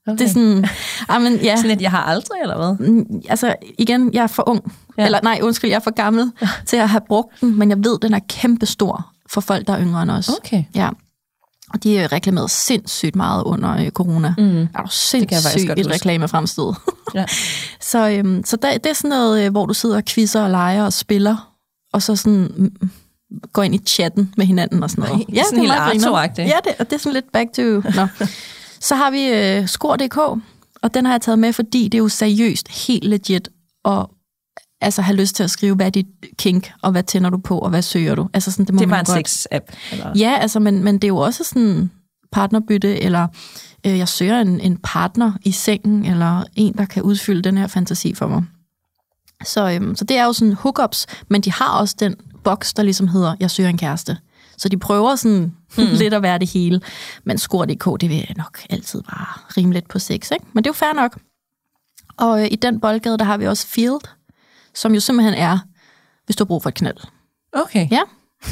Okay. Det er sådan, ah, men, ja. Sådan lidt, jeg har aldrig, eller hvad? Altså, igen, jeg er for ung. Ja. Eller nej, undskyld, jeg er for gammel ja. til at have brugt den, men jeg ved, den er kæmpestor for folk, der er yngre end os. Okay. Ja. Og de er reklameret sindssygt meget under øh, corona. Mm. Er du sindssygt et reklamefremstød. Ja. så øhm, så der, det er sådan noget, øh, hvor du sidder og quizzer og leger og spiller, og så sådan mm, går ind i chatten med hinanden og sådan noget. Nej, ja, sådan det er helt artoagtigt. Ja, det, og det er sådan lidt back to... Nå. Så har vi øh, skor punktum d k, og den har jeg taget med, fordi det er jo seriøst helt legit at altså, have lyst til at skrive, hvad er dit kink, og hvad tænder du på, og hvad søger du. Altså, sådan, det, må det er man bare en sex-app? Eller? Ja, altså, men, men det er jo også sådan partnerbytte, eller øh, jeg søger en, en partner i sengen, eller en, der kan udfylde den her fantasi for mig. Så, øhm, så det er jo sådan hookups, men de har også den boks, der ligesom hedder, jeg søger en kæreste. Så de prøver sådan hmm. lidt at være det hele. Men skor punktum d k, det vil jeg nok altid bare rime lidt på sex, ikke? Men det er jo fair nok. Og øh, i den boldgade, der har vi også Field, som jo simpelthen er, hvis du har brug for et knald. Okay. Ja.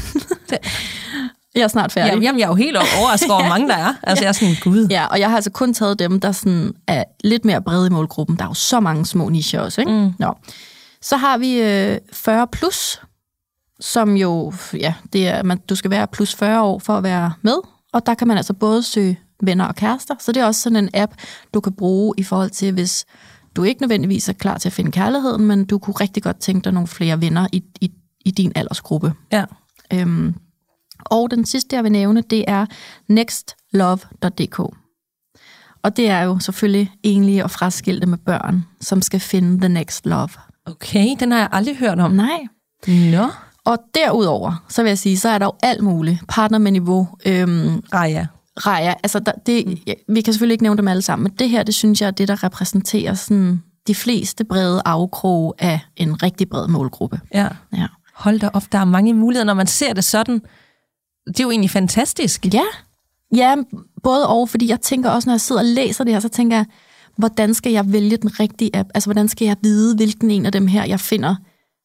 Jeg er snart færdig. Jamen, jeg er jo helt overrasket over, hvor mange der er. Altså, jeg er sådan, gud. Ja, og jeg har altså kun taget dem, der sådan er lidt mere brede i målgruppen. Der er jo så mange små nicher også, ikke? Mm. Nå. Så har vi øh, fyrre plus, som jo, ja, det er, man, du skal være plus fyrre år for at være med, og der kan man altså både søge venner og kærester, så det er også sådan en app, du kan bruge i forhold til, hvis du ikke nødvendigvis er klar til at finde kærligheden, men du kunne rigtig godt tænke dig nogle flere venner i, i, i din aldersgruppe. Ja. Øhm, og den sidste, jeg vil nævne, det er next love punktum d k. Og det er jo selvfølgelig enlige og fraskilte med børn, som skal finde the next love. Okay, den har jeg aldrig hørt om. Nej. Nå. Og derudover, så vil jeg sige, så er der jo alt muligt. Partner med niveau. Øhm, Raja. Raja. Altså, der, det, ja, vi kan selvfølgelig ikke nævne dem alle sammen, men det her, det synes jeg er det, der repræsenterer sådan de fleste brede afkroge af en rigtig bred målgruppe. Ja. Ja. Hold da op, der er mange muligheder, når man ser det sådan. Det er jo egentlig fantastisk. Ja. Ja, både og, fordi jeg tænker også, når jeg sidder og læser det her, så tænker jeg, hvordan skal jeg vælge den rigtige app? Altså, hvordan skal jeg vide, hvilken en af dem her, jeg finder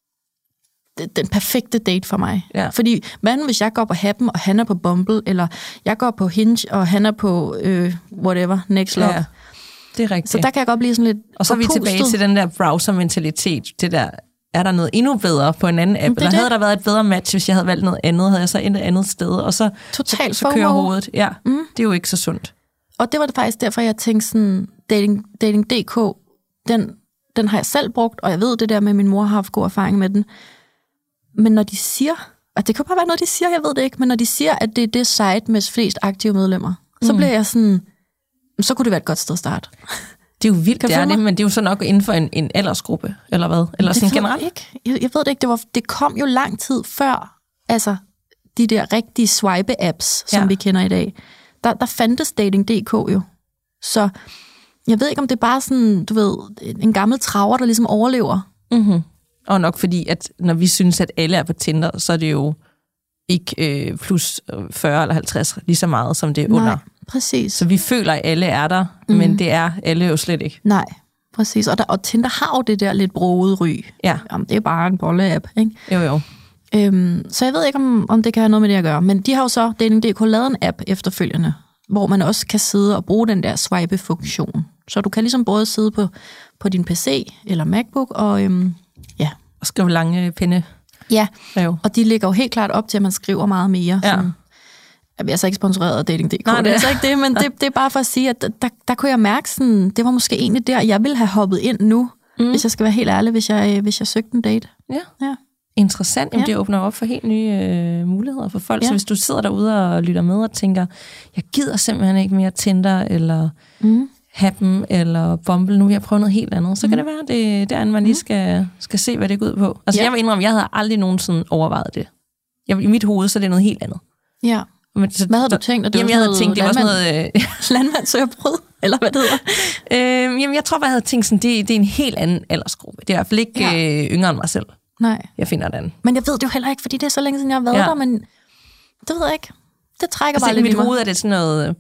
den perfekte date for mig? Ja. Fordi, hvad nu, hvis jeg går på Happen, og han er på Bumble, eller jeg går på Hinge, og han er på øh, whatever, Next Love. Ja, det er rigtigt. Så der kan jeg godt blive sådan lidt Og så er vi tilbage til den der browser-mentalitet. Det der, er der noget endnu bedre på en anden app? Eller havde der været et bedre match, hvis jeg havde valgt noget andet? Havde jeg så et andet sted? Og så, Total så, så kører hovedet. Ja, mm. Det er jo ikke så sundt. Og det var det faktisk derfor, jeg tænkte sådan, dating, dating punktum d k, den, den har jeg selv brugt, og jeg ved det der med, at min mor har haft god erfaring med den. Men når de siger, og det kan bare være noget, de siger, jeg ved det ikke, men når de siger, at det er det site med flest aktive medlemmer, mm. så bliver jeg sådan, så kunne det være et godt sted at starte. Det er jo vildt, det er det, men det er jo så nok inden for en, en aldersgruppe, eller hvad? Eller sådan generelt? Ikke. Jeg, jeg ved det ikke, det, var, det kom jo lang tid før, altså de der rigtige swipe-apps, som ja. vi kender i dag. Der, der fandtes dating punktum d k jo. Så jeg ved ikke, om det er bare sådan, du ved, en gammel traver, der ligesom overlever. Mm-hmm. Og nok fordi, at når vi synes, at alle er på Tinder, så er det jo ikke øh, plus fyrre eller halvtreds lige så meget, som det er under. Nej, præcis. Så vi føler, at alle er der, mm. men det er alle jo slet ikke. Nej, præcis. Og, der, og Tinder har jo det der lidt broede ry. Ja. Jamen, det er bare en bolle-app, ikke? Jo, jo. Øhm, så jeg ved ikke, om, om det kan have noget med det at gøre. Men de har jo så, dating punktum d k, lavet en app efterfølgende, hvor man også kan sidde og bruge den der swipe-funktion. Så du kan ligesom både sidde på, på din P C eller MacBook og øhm, ja. Og skrive lange pinde. Ja, Rev. Og de ligger jo helt klart op til, at man skriver meget mere. Ja. Sådan, jeg er så ikke sponsoreret af dating punktum d k. Nej, det er altså ikke det, men det, det er bare for at sige, at der, der kunne jeg mærke sådan, det var måske egentlig der, jeg ville have hoppet ind nu, mm. hvis jeg skal være helt ærlig, hvis jeg, hvis jeg søgte en date. Ja. Ja. Interessant. Jamen, ja. Det åbner op for helt nye øh, muligheder for folk. Ja. Så hvis du sidder derude og lytter med og tænker, jeg gider simpelthen ikke mere Tinder, eller mm. Happen, eller Bumble, nu vil jeg prøve noget helt andet, så mm. kan det være, det er der, man lige skal, skal se, hvad det går ud på. Altså, ja. Jeg vil indrømme, jeg havde aldrig nogensinde overvejet det. Jeg, I mit hoved, så er det noget helt andet. Ja. Men, så, hvad havde du tænkt? At det jamen, jeg havde tænkt, det var sådan noget... Øh, landmandssøgerbrød, eller hvad det hedder? øh, jamen, jeg tror, jeg havde tænkt sådan, det, det er en helt anden aldersgruppe. Det er i hvert fald ikke ja. øh, yngre end mig selv. Nej. Jeg finder den. Men jeg ved det jo heller ikke, fordi det er så længe siden, jeg har været ja. der, men det ved jeg ikke. Det trækker altså, bare lidt i mit mig. hoved er det sådan noget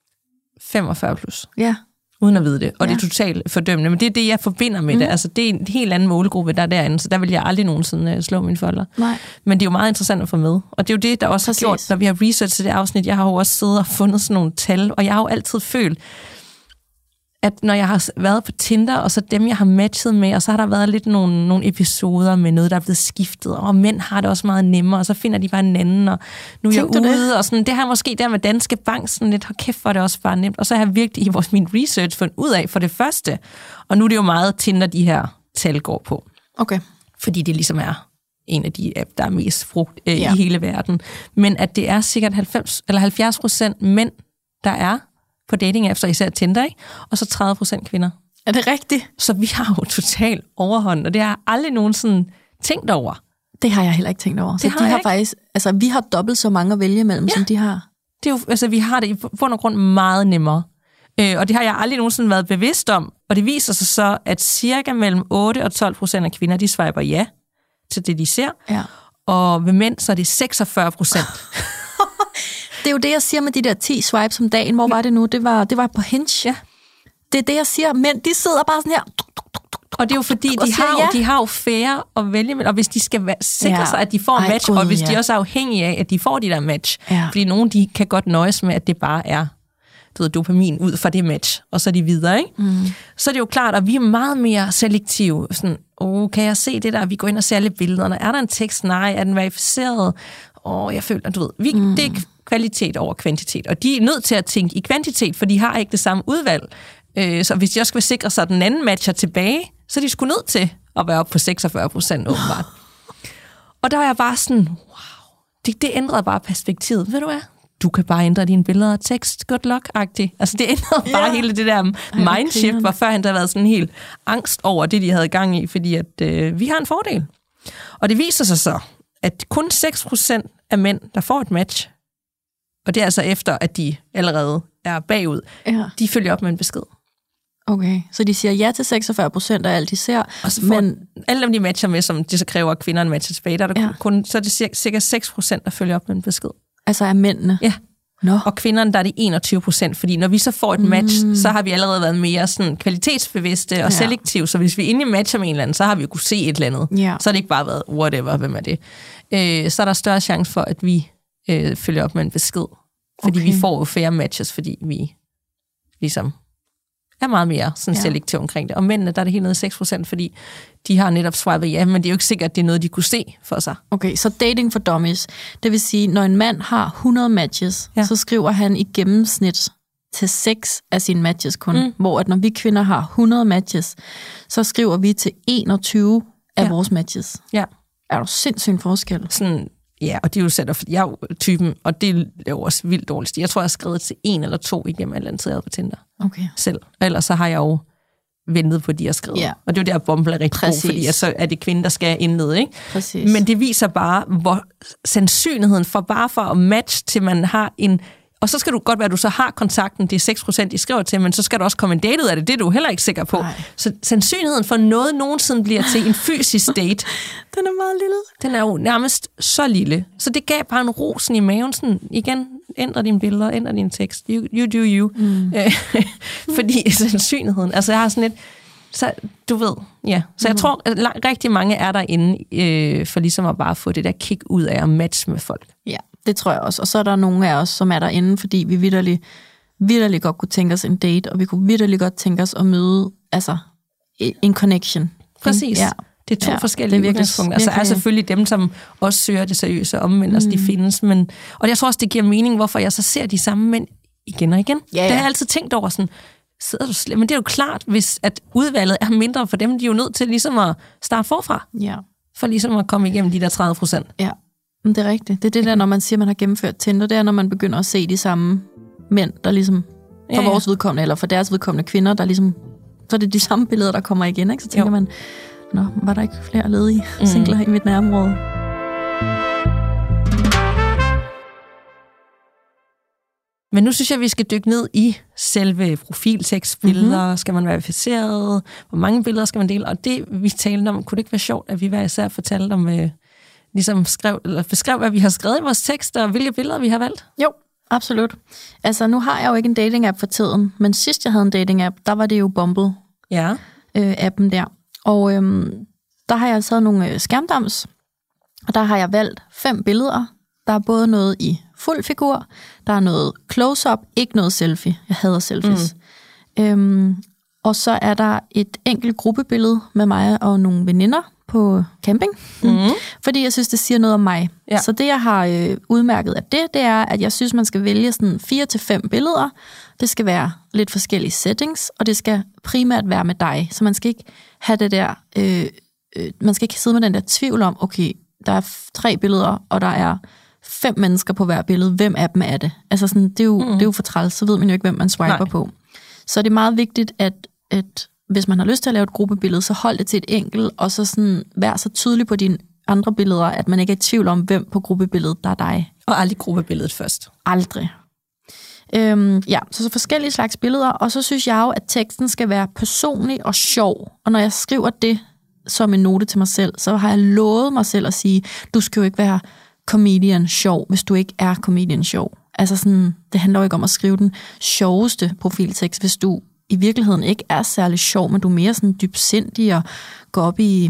femogfyrre plus. Ja. Uden at vide det. Og ja. Det er totalt fordømmende. Men det er det, jeg forbinder med mm. det. Altså, det er en helt anden målgruppe, der er derinde, så der vil jeg aldrig nogensinde slå mine folder. Nej. Men det er jo meget interessant at få med. Og det er jo det, der også Præcis. Har gjort, når vi har researchet det afsnit. Jeg har jo også siddet og fundet sådan nogle tal, og jeg har jo altid følt, at når jeg har været på Tinder, og så dem, jeg har matchet med, og så har der været lidt nogle, nogle episoder med noget, der er blevet skiftet, og mænd har det også meget nemmere, og så finder de bare en anden, og nu er jeg ude, det? og sådan, det har måske der med Danske Bank sådan lidt, hold kæft, for det også bare nemt, og så har jeg virkelig i vores, min research fundet ud af for det første, og nu er det jo meget Tinder, de her tal går på. Okay. Fordi det ligesom er en af de app, der er mest frugt øh, ja. i hele verden. Men at det er sikkert halvfems eller halvfjerds procent mænd, der er på dating apps, og især Tinder, ikke? Og så tredive procent kvinder. Er det rigtigt? Så vi har jo totalt overhånd, og det har jeg aldrig nogensinde tænkt over. Det har jeg heller ikke tænkt over. Det så har de har ikke. faktisk, altså vi har dobbelt så mange at vælge mellem, ja. som de har. Det er jo, altså vi har det i bund og grund meget nemmere. Øh, og det har jeg aldrig nogensinde været bevidst om. Og det viser sig så, at cirka mellem otte og tolv procent af kvinder, de swiper ja til det, de ser. Ja. Og ved mænd, så er det seksogfyrre procent. Det er jo det, jeg siger med de der ti swipes om dagen. Hvor var det nu? Det var, det var på Hinge. Ja. Det er det, jeg siger. Mænd, de sidder bare sådan her. Og det er jo fordi, de har, ja. de har jo færre at vælge med. Og hvis de skal sikre ja. sig, at de får en match, Ej, God, og hvis ja. de også er afhængige af, at de får de der match. Ja. Fordi nogen, de kan godt nøjes med, at det bare er du ved, dopamin ud fra det match, og så er de videre, ikke? Mm. Så er det jo klart, at vi er meget mere selektive. Sådan, åh, kan jeg se det der? Vi går ind og ser alle billederne. Er der en tekst? Nej. Er den verificeret? Åh, jeg føler, du ved, vi, mm. det er kvalitet over kvantitet. Og de er nødt til at tænke i kvantitet, for de har ikke det samme udvalg. Øh, så hvis de også skal sikre sig, at den anden matcher tilbage, så er de sgu nødt til at være oppe på seksogfyrre procent åbenbart. Og der er jeg bare sådan, wow, det, det ændrede bare perspektivet. Ved du hvad? Du kan bare ændre dine billeder og tekst, good luck-agtigt. Altså det ændrede bare ja. hele det der mindshift, hvor førhen der havde været sådan helt angst over det, de havde gang i, fordi at øh, vi har en fordel. Og det viser sig så, at kun seks procent af mænd, der får et match, og det er altså efter, at de allerede er bagud, ja. de følger op med en besked. Okay, så de siger ja til seksogfyrre procent af alt, de ser. Og så men alle dem, de matcher med, som de så kræver, at kvinderne matcher tilbage, der er der ja. kun, så er det cirka seks procent, der følger op med en besked. Altså af mændene? Ja. No. Og kvinderne, der er det enogtyve procent, fordi når vi så får et match, mm. så har vi allerede været mere sådan kvalitetsbevidste og ja. selektive, så hvis vi endelig matcher med en eller anden, så har vi jo kunne se et eller andet. Ja. Så har det ikke bare været whatever, hvem er det. Øh, så er der større chance for, at vi øh, følger op med en besked. Fordi okay. vi får jo færre matches, fordi vi ligesom er meget mere sådan ja. selektive omkring det. Og mændene, der er det helt nede i seks procent, fordi de har netop swipet ja, men det er jo ikke sikkert, at det er noget, de kunne se for sig. Okay, så dating for dummies. Det vil sige, når en mand har hundrede matches, ja. så skriver han i gennemsnit til seks af sine matches kun. Mm. Hvor at når vi kvinder har hundrede matches, så skriver vi til enogtyve af ja. vores matches. Ja. Er der sindssygt forskel? Sådan, ja, og det er jo sætter, for jeg er jo typen, og det er jo også vildt dårligt. Jeg tror, jeg har skrevet til en eller to igennem alt andet tid, jeg havde på Tinder. Okay. Selv. Og ellers så har jeg jo ventet på, de har skrevet. Yeah. Og det er jo der, Bumble er rigtig god, fordi så er det kvinden, der skal indlede, ikke? Præcis. Men det viser bare, hvor sandsynligheden for bare for at matche, til man har en. Og så skal du godt være, at du så har kontakten, det er seks procent, de skriver til, men så skal du også komme en date ud af det. Det er du heller ikke sikker på. Nej. Så sandsynligheden for noget nogensinde bliver til en fysisk date, den er meget lille. Den er jo nærmest så lille. Så det gav bare en rosen i maven. Sådan, igen, ændre dine billeder, ændre din tekst. You, you do you. Mm. Fordi sandsynligheden, altså jeg har sådan lidt, så du ved, ja. Så jeg mm. tror, at rigtig mange er derinde øh, for ligesom at bare få det der kick ud af at matche med folk. Ja. Det tror jeg også. Og så er der nogle af os, som er derinde, fordi vi vitterligt, vitterligt godt kunne tænke os en date, og vi kunne vitterligt godt tænke os at møde altså, en connection. Præcis. Ja. Det er to ja, forskellige virkelig, udgangspunkter. Altså er selvfølgelig dem, som også søger det seriøse omvendt, mm. altså de findes. Men, og jeg tror også, det giver mening, hvorfor jeg så ser de samme mænd igen og igen. Ja, ja. Det har jeg altid tænkt over sådan, sidder du slet? Men det er jo klart, hvis at udvalget er mindre for dem, de er jo nødt til ligesom at starte forfra. Ja. For ligesom at komme igennem de der tredive procent. Ja. Det er rigtigt. Det er det der, når man siger, man har gennemført Tinder, det er, når man begynder at se de samme mænd, der ligesom, for ja, ja. vores vedkommende, eller for deres vedkommende kvinder, der ligesom, så er det de samme billeder, der kommer igen, ikke? Så tænker jo. man, nå, var der ikke flere ledige mm. singler i mit nærområde? Men nu synes jeg, vi skal dykke ned i selve profiltekstbilleder. Mm-hmm. Skal man være verificeret? Hvor mange billeder skal man dele? Og det, vi talte om, kunne det ikke være sjovt, at vi hver især fortalte om ligesom skrev, eller beskrev, hvad vi har skrevet i vores tekster, og hvilke billeder vi har valgt? Jo, absolut. Altså, nu har jeg jo ikke en dating-app for tiden, men sidst jeg havde en dating-app, der var det jo Bumble, ja. øh, appen der. Og øhm, der har jeg taget nogle skærmdams, og der har jeg valgt fem billeder. Der er både noget i fuld figur, der er noget close-up, ikke noget selfie. Jeg hader selfies. Mm. Øhm, Og så er der et enkelt gruppebillede med mig og nogle veninder på camping, mm-hmm. fordi jeg synes, det siger noget om mig. Ja. Så det, jeg har øh, udmærket af det, det er, at jeg synes, man skal vælge sådan fire til fem billeder. Det skal være lidt forskellige settings, og det skal primært være med dig. Så man skal ikke have det der, øh, øh, man skal ikke sidde med den der tvivl om, okay, der er tre billeder, og der er fem mennesker på hver billede. Hvem af dem er det? Altså sådan, det er jo, mm. det er jo for træls, så ved man jo ikke, hvem man swiper Nej. på. Så det er meget vigtigt, at, at hvis man har lyst til at lave et gruppebillede, så hold det til et enkelt, og så sådan, vær så tydelig på dine andre billeder, at man ikke er i tvivl om, hvem på gruppebilledet, der er dig. Og aldrig gruppebilledet først. Aldrig. Øhm, ja, så, så forskellige slags billeder, og så synes jeg jo, at teksten skal være personlig og sjov. Og når jeg skriver det som en note til mig selv, så har jeg lovet mig selv at sige, du skal jo ikke være comedian sjov, hvis du ikke er comedian sjov. Altså sådan, det handler jo ikke om at skrive den sjoveste profiltekst, hvis du i virkeligheden ikke er særlig sjov, men du er mere sådan dybsindig og går op i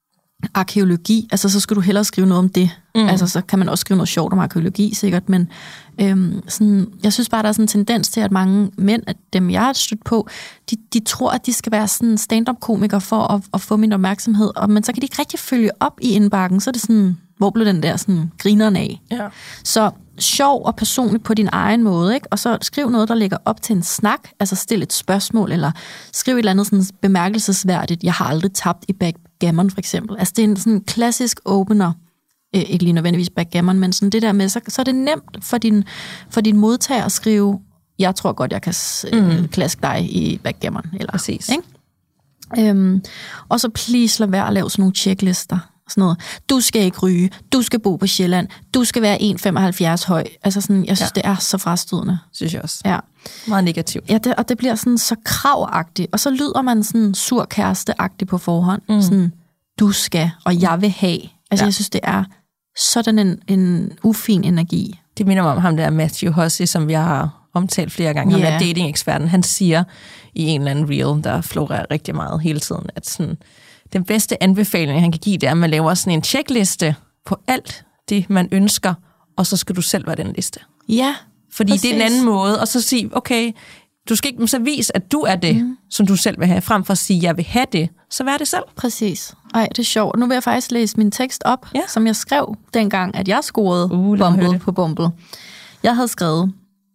arkæologi. Altså, så skal du hellere skrive noget om det. Mm. Altså, så kan man også skrive noget sjovt om arkæologi, sikkert, men øhm, sådan, jeg synes bare, der er sådan en tendens til, at mange mænd, at dem jeg har stødt på, de, de tror, at de skal være sådan stand-up-komikere for at, at få min opmærksomhed, og, men så kan de ikke rigtig følge op i indbakken, så er det sådan, hvor blev den der sådan grineren af? Ja. Så sjov og personligt på din egen måde, ikke? Og så skriv noget, der ligger op til en snak, altså stil et spørgsmål, eller skriv et eller andet sådan bemærkelsesværdigt, jeg har aldrig tabt i backgammon, for eksempel. Altså det er en sådan klassisk opener, øh, ikke lige nødvendigvis backgammon, men sådan det der med, så, så er det nemt for din, for din modtager at skrive, jeg tror godt, jeg kan øh, mm. klaske dig i backgammon. Eller, Præcis. Ikke? Øhm, og så please lad være at lave sådan nogle checklister. Sådan noget. Du skal ikke ryge, du skal bo på Sjælland, du skal være en komma femoghalvfjerds høj. Altså sådan, jeg synes, ja. det er så frastødende. Synes jeg også. Ja. Meget negativt. Ja, det, og det bliver sådan så kravagtigt, og så lyder man sådan sur kæresteagtigt på forhånd. Mm. Sådan, du skal, og jeg vil have. Altså, ja. jeg synes, det er sådan en, en ufin energi. Det minder mig om ham der Matthew Hussey, som vi har omtalt flere gange. Yeah. Ham der dating-eksperten. Han siger i en eller anden reel, der florerer rigtig meget hele tiden, at sådan, den bedste anbefaling, han kan give, det er, at man laver sådan en checkliste på alt det, man ønsker, og så skal du selv være den liste. Ja, Fordi præcis. Det er en anden måde, og så sige, okay, du skal ikke så vise, at du er det, mm. som du selv vil have, frem for at sige, jeg vil have det, så vær det selv. Præcis. Ej, det er sjovt. Nu vil jeg faktisk læse min tekst op, ja. som jeg skrev dengang, at jeg scorede uh, Bumble på Bumble. Jeg havde skrevet,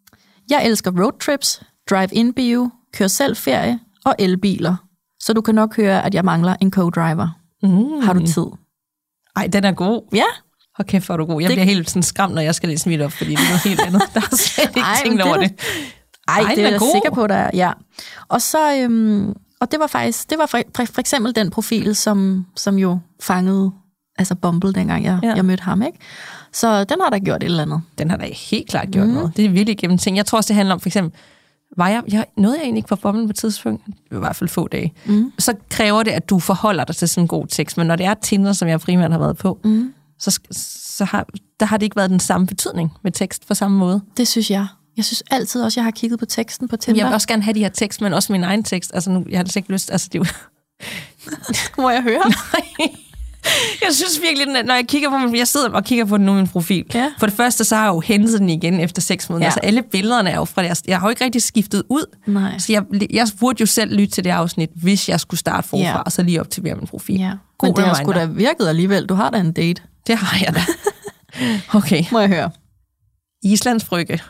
jeg elsker roadtrips, drive-in-bio, kører selv ferie og elbiler. Så du kan nok høre, at jeg mangler en co-driver. Mm. Har du tid? Ej, den er god. Ja. Hold kæft, hvor er du god. Jeg det... bliver helt sådan skræmt, når jeg skal læse mit op, fordi det er noget helt andet. Der er slet ikke Ej, tænkt over det. Ej, Ej, det er jeg sikker på, der er. Ja. Og så, øhm, og det var faktisk, det var for, for, for eksempel den profil, som, som jo fangede, altså Bumble, dengang jeg, ja. jeg mødte ham, ikke? Så den har da gjort et eller andet. Den har da helt klart gjort mm. noget. Det er virkelig gennemtænkt. Jeg tror også, det handler om, for eksempel, var jeg, jeg nåede jeg egentlig ikke på Bumble på et tidspunkt, i hvert fald få dage, mm. så kræver det, at du forholder dig til sådan en god tekst. Men når det er Tinder, som jeg primært har været på, mm. så, så har, der har det ikke været den samme betydning med tekst på samme måde. Det synes jeg. Jeg synes altid også, jeg har kigget på teksten på Tinder. Jeg vil også gerne have de her tekst, men også min egen tekst. Altså nu, jeg har ikke lyst, altså det er jo... Må jeg høre? Nej. Jeg synes virkelig, når jeg kigger på min, jeg sidder og kigger på den nu min profil. Ja. For det første, så har jeg jo hentet den igen efter seks måneder. Ja. Altså alle billederne er jo fra deres. Jeg har jo ikke rigtig skiftet ud. Nej. Så jeg, jeg burde jo selv lytte til det afsnit, hvis jeg skulle starte forfra, ja. og så lige optimere min profil. Ja. Men det har sgu da virket alligevel. Du har da en date. Det har jeg da. Okay. Må jeg høre? Islands Brygge.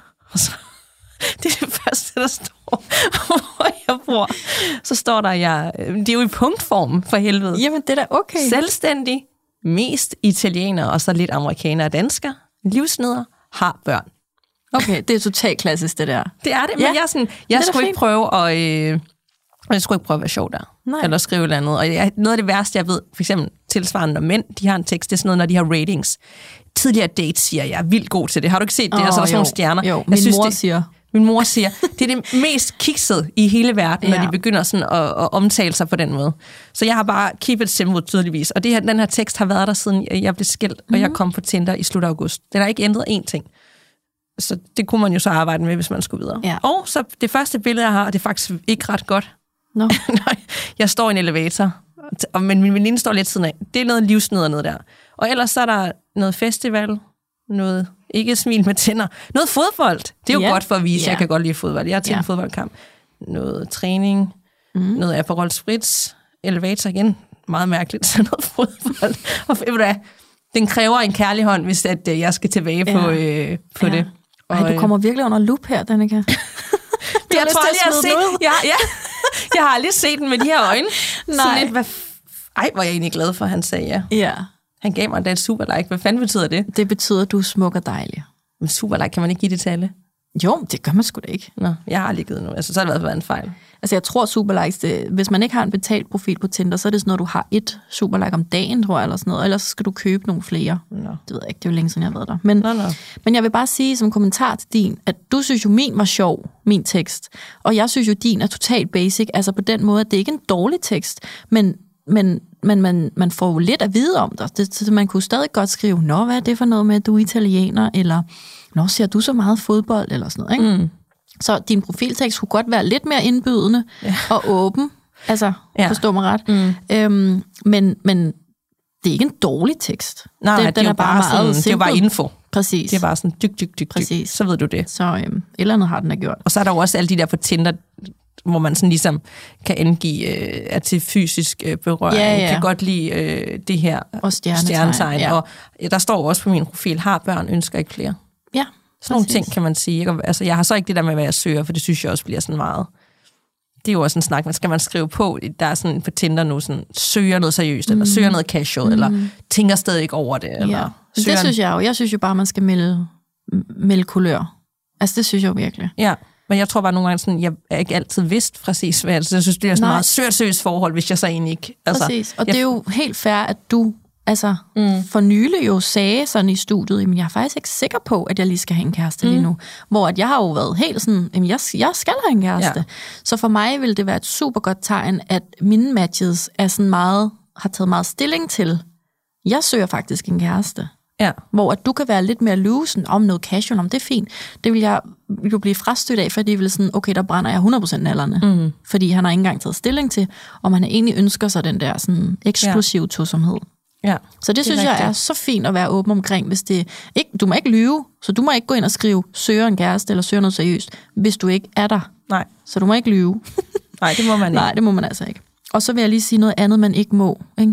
Det er det første, der står, hvor jeg bor. Så står der, jeg, det er jo i punktform, for helvede. Jamen, det er da okay. Selvstændig, mest italiener, og så lidt amerikaner og dansker. Livsneder, har børn. Okay, det er totalt klassisk, det der. Det er det, men ja. jeg, er sådan, jeg skulle ikke prøve at... Øh, jeg skulle ikke prøve at være sjov der. Nej. Eller skrive et eller andet. Og jeg, noget af det værste, jeg ved, for eksempel tilsvarende, når mænd, de har en tekst, det er sådan noget, når de har ratings. Tidligere dates siger, jeg er vildt god til det. Har du ikke set det? Oh, altså, der er sådan nogle stjerner. Jo, jeg min synes, mor det, siger... Min mor siger, det er det mest kiksede i hele verden, ja. når de begynder sådan at, at omtale sig på den måde. Så jeg har bare keep it simple, tydeligvis. Og det her, den her tekst har været der, siden jeg blev skilt, mm. og jeg kom på Tinder i slut af august. Den har ikke ændret én ting. Så det kunne man jo så arbejde med, hvis man skulle videre. Ja. Og så det første billede, jeg har, det er faktisk ikke ret godt. No. Jeg står i en elevator, men min veninde står lidt siden af. Det er noget livsneder nede der. Og ellers så er der noget festival, noget... Ikke smil med tænder. Noget fodbold. Det er jo yeah. godt for at vise, yeah. jeg kan godt lide fodbold. Jeg har til yeah. en fodboldkamp. Noget træning. mm. noget Aperol Spritz, elevator igen, meget mærkeligt, sådan noget fodbold. Og hvad, den kræver en kærlig hånd, hvis at, øh, jeg skal tilbage ja. på, øh, på ja. det. Og, Ej, du kommer virkelig under lup her, Danika. jeg tror aldrig, jeg har set jeg, ja, jeg har aldrig set den med de her øjne. Nej. Lidt, hvad, ej, hvor er jeg egentlig glad for, at han sagde ja. Ja. Han gav mig da et super like. Hvad fanden betyder det? Det betyder, at du er smuk og dejlig. Men super like, kan man ikke give det til alle? Jo, det gør man sgu da ikke. Nå, jeg har aldrig givet nu. Altså, så har det været en fejl. Altså, jeg tror super likes, det, hvis man ikke har en betalt profil på Tinder, så er det sådan noget, du har et super like om dagen, tror jeg, eller sådan noget. Ellers skal du købe nogle flere. Nå. Det ved jeg ikke, det er jo længe siden, jeg har været der. Men, nå, nå. men jeg vil bare sige som kommentar til din, at du synes jo, min var sjov, min tekst. Og jeg synes jo, din er totalt basic. Altså på den måde, at det ikke er en dårlig tekst, men... Men, men man, man får jo lidt at vide om dig. Det, så man kunne stadig godt skrive, nå, hvad er det for noget med, at du er italiener, eller nå, ser du så meget fodbold, eller sådan noget, ikke? Mm. Så din profiltekst kunne godt være lidt mere indbydende ja. og åben, altså, ja. forstå mig ret. Mm. Øhm, men, men det er ikke en dårlig tekst. Nej, det, det, den er, er bare, bare sådan, det er bare info. Præcis. Det er bare sådan dyk, dyk, dyk, dyk. Så ved du det. Så øhm, et eller andet har den da gjort. Og så er der jo også alle de der på Tinder, hvor man sådan ligesom kan angive, øh, at til fysisk øh, berøring, ja, ja. kan godt lide øh, det her og stjernetegn. stjernetegn. Ja. Og ja, der står også på min profil, har børn, ønsker ikke flere. Ja, sådan nogle ting kan man sige. Ikke? Altså, jeg har så ikke det der med, hvad jeg søger, for det synes jeg også bliver sådan meget... Det er jo også en snak, man skal man skrive på, der er sådan på Tinder nu, sådan, søger noget seriøst, mm. eller søger noget casual, mm. eller tænker stadig ikke over det. Eller ja. Det synes jeg jo. Jeg synes jo bare, man skal melde, melde kulør. Altså, det synes jeg jo virkelig. Ja. Men jeg tror bare nogle gange, sådan, jeg er ikke altid vidst præcis, hvad altså, jeg synes, det er sådan Nej. meget sørsøs forhold, hvis jeg så egentlig ikke... Altså, præcis, og jeg, det er jo helt fair, at du altså, mm. for nylig jo sagde sådan i studiet, jamen jeg er faktisk ikke sikker på, at jeg lige skal have en kæreste mm. lige nu. Hvor at jeg har jo været helt sådan, jamen jeg, jeg skal have en kæreste. Ja. Så for mig vil det være et super godt tegn, at mine matches er sådan meget, har taget meget stilling til, jeg søger faktisk en kæreste. Ja. Hvor at du kan være lidt mere loose om noget casual, om det er fint. Det vil jeg jo blive frastødt af, fordi det vil sådan, okay, der brænder jeg hundrede procent nallerne. Mm. Fordi han har ikke engang taget stilling til, om han egentlig ønsker sig den der sådan eksklusiv ja. tosomhed. Ja. Så det, det synes jeg er så fint at være åben omkring, hvis det ikke, du må ikke lyve, så du må ikke gå ind og skrive, søger en kæreste, eller søger noget seriøst, hvis du ikke er der. Nej. Så du må ikke lyve. Nej, det må man ikke. Nej, det må man altså ikke. Og så vil jeg lige sige noget andet, man ikke må. Ikke?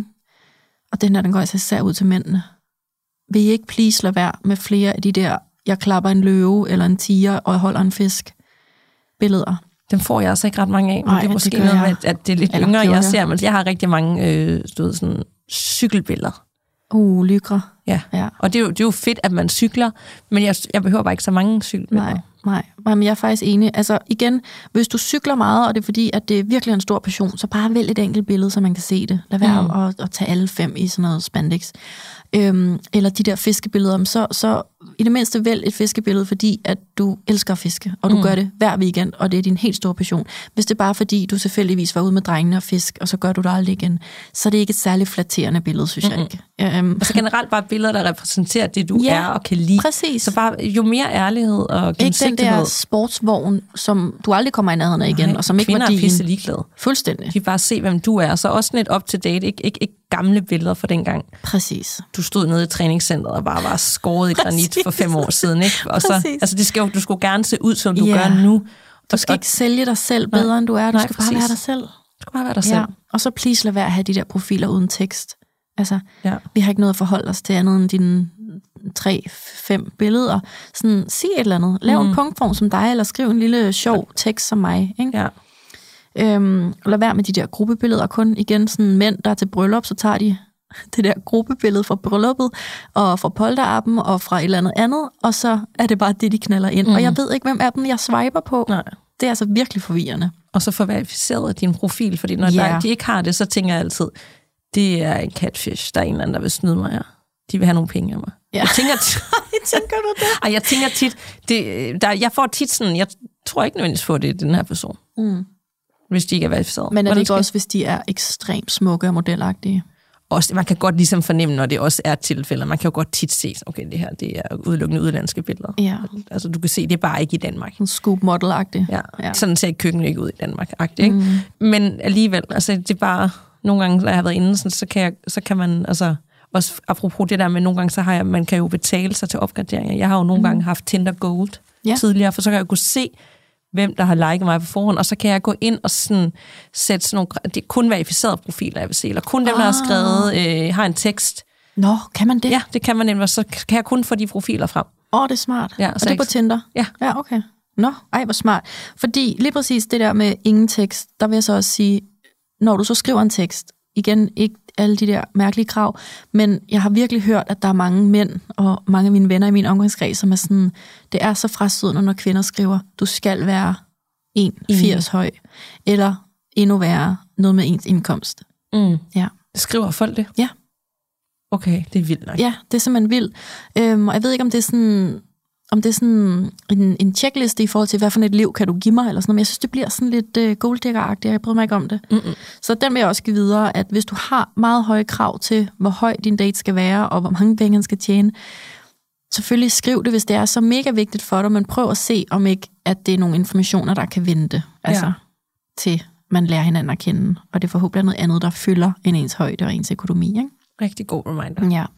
Og den her, den går altså især ud til mændene. Vil I ikke please lade være med flere af de der, jeg klapper en løve, eller en tiger, og jeg holder en fisk billeder? Dem får jeg altså ikke ret mange af, men Ej, det er måske det noget jeg. med, at det er lidt eller yngre, jeg, jeg ser. Men jeg har rigtig mange øh, stod sådan, cykelbilleder. Uh, lykre. Ja. ja, og det er, jo, det er jo fedt, at man cykler, men jeg, jeg behøver bare ikke så mange cykelbilleder. Nej, nej, nej, men jeg er faktisk enig. Altså igen, hvis du cykler meget, og det er fordi, at det er virkelig en stor passion, så bare vælg et enkelt billede, så man kan se det. Lad være mm. at, at tage alle fem i sådan noget spandex. Øhm, eller de der fiskebilleder, så, så i det mindste vælg et fiskebillede, fordi at du elsker at fiske, og du mm. gør det hver weekend, og det er din helt store passion. Hvis det er bare fordi, du selvfølgelig var ude med drengene og fisk, og så gør du det aldrig igen, så er det ikke et særligt flatterende billede, synes mm-hmm. jeg ikke. Øhm. Altså generelt bare billeder, der repræsenterer det, du ja, er og kan lide. Præcis. Så bare jo mere ærlighed og gennemsigtighed. Ikke den der sportsvogn, som du aldrig kommer i nærheden af igen, Nej, og som ikke var din. Kvinder er pisse ligeglade. Fuldstændig. De bare se, hvem du er, så også lidt up to date, ikke, ikke, ikke gamle billeder fra dengang. Præcis. Du stod nede i træningscenteret og bare var skåret i granit for fem år siden, ikke? Og så, altså det skal jo, du skulle gerne se ud, som du yeah. gør nu. Du skal og, ikke sælge dig selv bedre, nej, end du er. Du nej, skal præcis. bare være dig selv. Du skal bare være dig selv. Ja. Og så please lad være at have de der profiler uden tekst. Altså, ja. vi har ikke noget at forholde os til andet end dine tre, fem billeder. Sådan, sig et eller andet. Lav mm. en punktform som dig, eller skriv en lille sjov tekst som mig. Ikke? Ja. Øhm, lad være med de der gruppebilleder. Kun igen sådan mænd, der er til bryllup, så tager de det der gruppebillede fra brylluppet, og fra polterappen, og fra et eller andet andet, og så er det bare det, de knalder ind. Mm. Og jeg ved ikke, hvem af dem jeg swiper på. Nej. Det er altså virkelig forvirrende. Og så få verificeret din profil, fordi når yeah. der, de ikke har det, så tænker jeg altid, det er en catfish, der er en eller anden, der vil snyde mig her. De vil have nogle penge af mig. Ja. Jeg tænker, t- tænker du det? Ej, jeg tænker tit, det, der, jeg får tit sådan, jeg tror ikke nødvendigvis for det, den her person. Mm. Hvis de ikke er verificeret. Men er det ikke også, hvis de er ekstremt smukke og modelagtige? Også, man kan godt ligesom fornemme, når det også er tilfælde. Man kan jo godt tit se, okay, det her det er udelukkende udlandske billeder. Ja. Altså, du kan se, det er bare ikke i Danmark. En scoop model-agtig. Ja. ja, sådan ser køkkenet ikke ud i Danmark-agtig. Ikke? Mm. Men alligevel, altså, det er bare, nogle gange, når jeg har været inde, så kan, jeg, så kan man, altså, også apropos det der med, nogle gange, så har jeg, man kan jo betale sig til opgraderinger. Jeg har jo nogle mm. gange haft Tinder Gold ja. tidligere, for så kan jeg kunne se, hvem der har liket mig på forhånd, og så kan jeg gå ind og sådan sætte sådan nogle, det er kun verificerede profiler, jeg vil se, eller kun dem, der har skrevet, øh, har en tekst. Nå, kan man det? Ja, det kan man nemlig, så kan jeg kun få de profiler frem. Åh, oh, det er smart. Ja, og det er på Tinder? Ja. Ja, okay. Nå, ej, hvor smart. Fordi lige præcis det der med ingen tekst, der vil jeg så også sige, når du så skriver en tekst, igen, ikke alle de der mærkelige krav, men jeg har virkelig hørt, at der er mange mænd, og mange af mine venner i min omgangskreds, som er sådan, det er så frastødende, når kvinder skriver, du skal være en komma firs høj, eller endnu værre, noget med ens indkomst. Mm. Ja. Skriver folk det? Ja. Okay, det er vildt nok. Ja, det er simpelthen vildt. Øhm, og jeg ved ikke, om det er sådan, om det er sådan en, en checkliste i forhold til, hvad for et liv kan du give mig, eller sådan noget, men jeg synes, det bliver sådan lidt uh, golddigger-agtigt, jeg bryder mig ikke om det. Mm-mm. Så den vil jeg også give videre, at hvis du har meget høje krav til, hvor høj din date skal være, og hvor mange penge han skal tjene, selvfølgelig skriv det, hvis det er så mega vigtigt for dig, men prøv at se, om ikke, at det er nogle informationer, der kan vente, altså ja. Til man lærer hinanden at kende, og det er forhåbentlig noget andet, der fylder end ens højde og ens økonomi, ikke? Rigtig god reminder. Ja.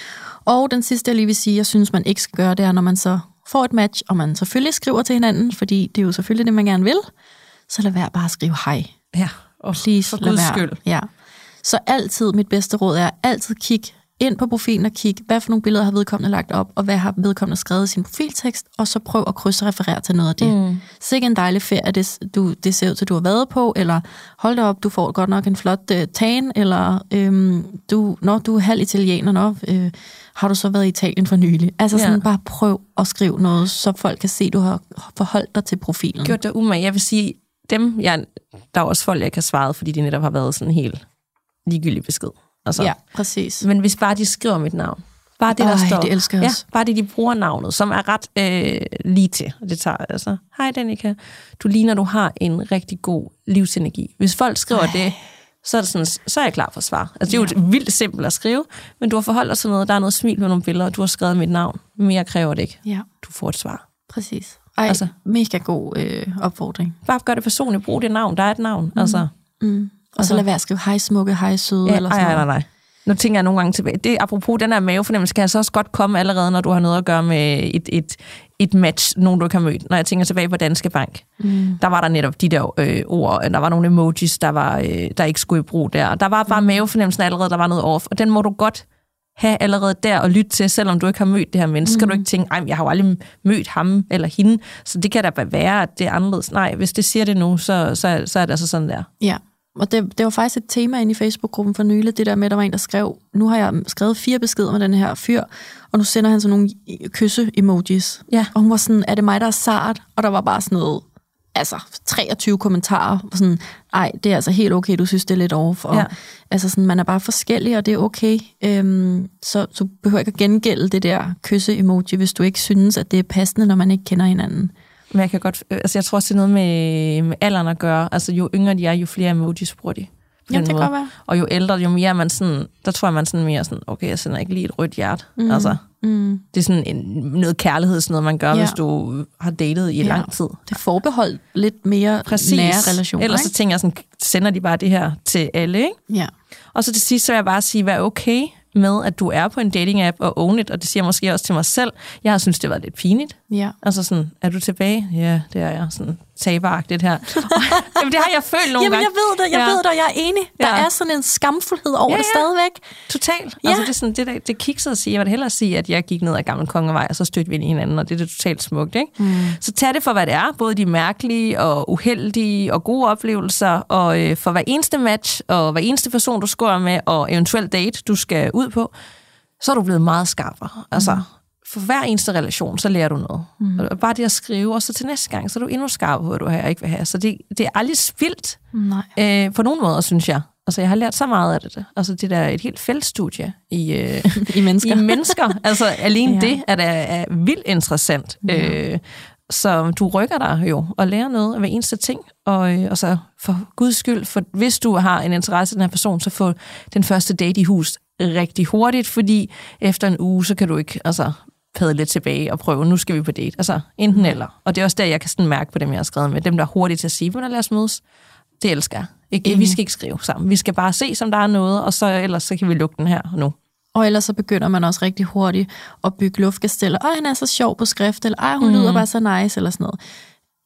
Og den sidste, jeg lige vil sige, jeg synes, man ikke skal gøre, det er, når man så får et match, og man selvfølgelig skriver til hinanden, fordi det er jo selvfølgelig det, man gerne vil, så lad være bare at skrive hej. Ja, og please, for guds skyld. Ja. Så altid, mit bedste råd er, altid kig ind på profilen og kig, hvad for nogle billeder har vedkommende lagt op, og hvad har vedkommende skrevet i sin profiltekst, og så prøv at krydsreferere til noget af det. Mm. Sikke en dejlig ferie, det, du, det ser ud til, du har været på, eller hold da op, du får godt nok en flot uh, tan, eller øhm, du, når du er halv italiener, nå, øh, har du så været i Italien for nylig? Altså sådan, ja. Bare prøv at skrive noget, så folk kan se, at du har forholdt dig til profilen. Gjort det umage. Jeg vil sige, dem, jeg, der er også folk, jeg ikke har svaret, fordi de netop har været sådan helt ligegyldig besked. Altså. Ja, præcis. Men hvis bare de skriver mit navn, bare det, der Øj, står, det elsker jeg ja, også. bare det, de bruger navnet, som er ret øh, lige til. Det tager altså, hej Danika, du ligner, du har en rigtig god livsenergi. Hvis folk skriver Ej. det, så er, det sådan, så er jeg klar for svar. Altså, det er jo ja. vildt simpelt at skrive, men du har forholdt dig til noget, der er noget smil med nogle billeder, du har skrevet mit navn. Mere kræver det ikke. Ja. Du får et svar. Præcis. Ej, altså, mega god øh, opfordring. Bare gør det personligt, brug det navn, der er et navn. Mm. Altså. Mm. Og så lad være at skrive, hej smukke, hej søde, ja, eller sådan noget. Nej, nej, nej. Nu tænker jeg nogle gange tilbage. Det, apropos den her mavefornemmelse, kan altså også godt komme allerede, når du har noget at gøre med et, et, et match, nogen du ikke har mødt. Når jeg tænker tilbage på Danske Bank, mm. der var der netop de der øh, ord, der var nogle emojis, der, var, øh, der ikke skulle i brug der. Der var bare mm. mavefornemmelsen allerede, der var noget off. Og den må du godt have allerede der og lytte til, selvom du ikke har mødt det her menneske. Mm. Skal du ikke tænke, ej, jeg har jo aldrig mødt ham eller hende, så det kan da bare være, at det er anderledes. Nej, hvis det siger det nu, så, så, så er det altså sådan der. Ja. Og det, det var faktisk et tema inde i Facebook-gruppen for nylig, det der med, at der var en, der skrev, nu har jeg skrevet fire beskeder med den her fyr, og nu sender han sådan nogle kysse-emojis. Ja. Og hun var sådan, er det mig, der er sart? Og der var bare sådan noget, altså treogtyve kommentarer, og sådan, ej, det er altså helt okay, du synes, det er lidt off. Og, ja. Altså sådan, man er bare forskellig, og det er okay. Øhm, så du behøver ikke at gengælde det der kysse-emoji, hvis du ikke synes, at det er passende, når man ikke kender hinanden. Men jeg kan godt, altså jeg tror også, det er noget med, med alderen at gøre. Altså jo yngre de er, jo flere emojis bruger de. Jamen, det kan være. Og jo ældre, jo mere man sådan, der tror jeg, man sådan mere sådan, okay, jeg sender ikke lige et rødt hjerte. Mm. Altså, mm. det er sådan en, noget kærlighed, sådan noget, man gør, ja. Hvis du har datet i ja. lang tid. Det er forbeholdt lidt mere Præcis. Nære relationer. Ellers så tænker jeg sådan, sender de bare det her til alle, ikke? Ja. Og så til sidst, så vil jeg bare sige, vær okay med, at du er på en dating-app og own it, og det siger jeg måske også til mig selv. Jeg har synes det var lidt pinligt. Ja. Altså sådan, er du tilbage? Ja, det er jeg. Sådan taberagtigt her. Jamen, det har jeg følt nogle Jamen, gange. jeg ved det, jeg ja. ved det, og jeg er enig. Der ja. er sådan en skamfuldhed over ja, ja. det stadigvæk. Totalt. Ja. Altså, det er sådan, det, der, det kiksede at sige. Jeg vil hellere sige, at jeg gik ned ad Gammel Kongevej, og så stødte vi ind i hinanden, og det er det totalt smukt, ikke? Mm. Så tag det for, hvad det er. Både de mærkelige og uheldige og gode oplevelser, og øh, for hver eneste match, og hver eneste person, du scorer med, og eventuelt date, du skal ud på, så er du blevet meget skarpere. Altså, mm. for hver eneste relation, så lærer du noget. Mm. Og bare det at skrive, og så til næste gang, så er du endnu skarpere på, hvad du har og ikke vil have. Så det, det er aldrig spildt. Nej. Øh, på nogen måder, synes jeg. Altså, jeg har lært så meget af det. Altså, det der er et helt feltstudie i, øh, I mennesker. I mennesker. Altså, alene ja. det er, er, er vildt interessant. Ja. Øh, så du rykker dig jo og lærer noget af hver eneste ting. Og, øh, og så for guds skyld, for hvis du har en interesse i den her person, så få den første date i hus rigtig hurtigt, fordi efter en uge, så kan du ikke altså, padle lidt tilbage og prøve, nu skal vi på date. Altså, enten eller. Og det er også der, jeg kan sådan mærke på dem, jeg har skrevet med. Dem, der er hurtigt til at sige, hvordan lad os mødes. Det elsker jeg. Ikke? Vi skal ikke skrive sammen. Vi skal bare se, som der er noget, og så ellers så kan vi lukke den her nu. Og ellers så begynder man også rigtig hurtigt at bygge luftkasteller. Ej, han er så sjov på skrift, eller ej, hun mm. lyder bare så nice, eller sådan noget.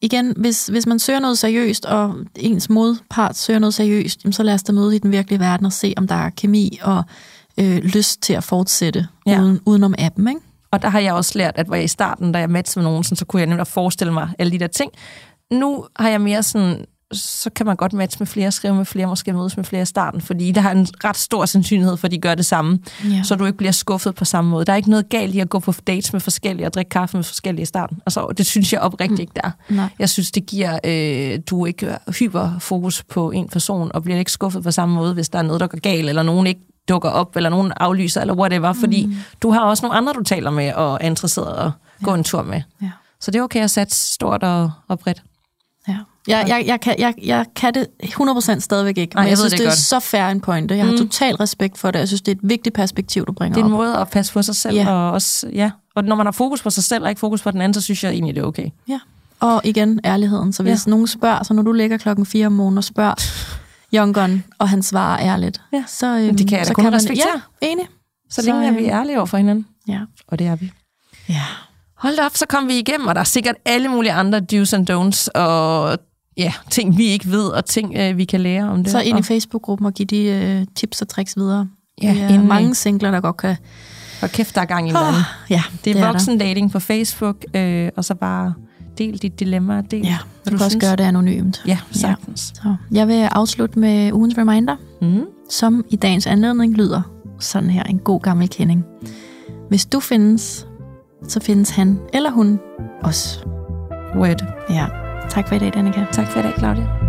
igen, hvis, hvis man søger noget seriøst, og ens modpart søger noget seriøst, jamen, så lad os da møde i den virkelige verden og se, om der er kemi og øh, lyst til at fortsætte ja. uden, udenom appen, ikke? Og der har jeg også lært, at hvor jeg i starten, da jeg matchede med nogen, så kunne jeg nemlig forestille mig alle de der ting. Nu har jeg mere sådan, så kan man godt matche med flere, skrive med flere, måske mødes med flere i starten, fordi der har en ret stor sandsynlighed for, at de gør det samme, ja. Så du ikke bliver skuffet på samme måde. Der er ikke noget galt i at gå på dates med forskellige og drikke kaffe med forskellige i starten. Altså, det synes jeg oprigtigt ikke der. Nej. Jeg synes, det giver, øh, du ikke hyperfokus på en person, og bliver ikke skuffet på samme måde, hvis der er noget, der går galt, eller nogen ikke dukker op, eller nogen aflyser, eller whatever, fordi mm. du har også nogle andre, du taler med, og er interesseret at ja. gå en tur med. Ja. Så det er okay at satse stort og, og bredt. Ja. Jeg, jeg, jeg, kan, jeg, jeg kan det hundrede procent stadigvæk ikke, Nej, men jeg, jeg synes, det, det er godt. så fair en pointe. Jeg har mm. total respekt for det. Jeg synes, det er et vigtigt perspektiv, du bringer op. Det er en måde at passe på sig selv, ja. og også, ja. Og når man har fokus på sig selv, og ikke fokus på den anden, så synes jeg egentlig, det er okay. Ja. Og igen, ærligheden. Så hvis ja. nogen spørger, så når du ligger klokken fire om morgenen og spørger Young Gun, og han svarer ærligt, ja. så, øhm, det kan jeg da så kun kan man, respektere. Ja, enig. Så længe er vi ærlige over for hinanden. Ja. Og det er vi. Ja. Hold da op, så kom vi igennem, og der er sikkert alle mulige andre do's and don'ts, og ja, ting vi ikke ved, og ting øh, vi kan lære om det. Så ind i Facebook-gruppen og give de øh, tips og tricks videre. Ja, der er mange singler, der godt kan... Og kæft, der er gang i oh, verden. Ja, det er voksendating på Facebook, øh, og så bare del dit dilemma. Del, ja, du kan også gøre det anonymt. Ja, sagtens. Ja. Så jeg vil afslutte med ugens reminder, mm. som i dagens anledning lyder sådan her, en god gammel kending. Hvis du findes, så findes han eller hun også. Word. Ja. Tak for i dag, Danika. Tak for i dag, Claudia.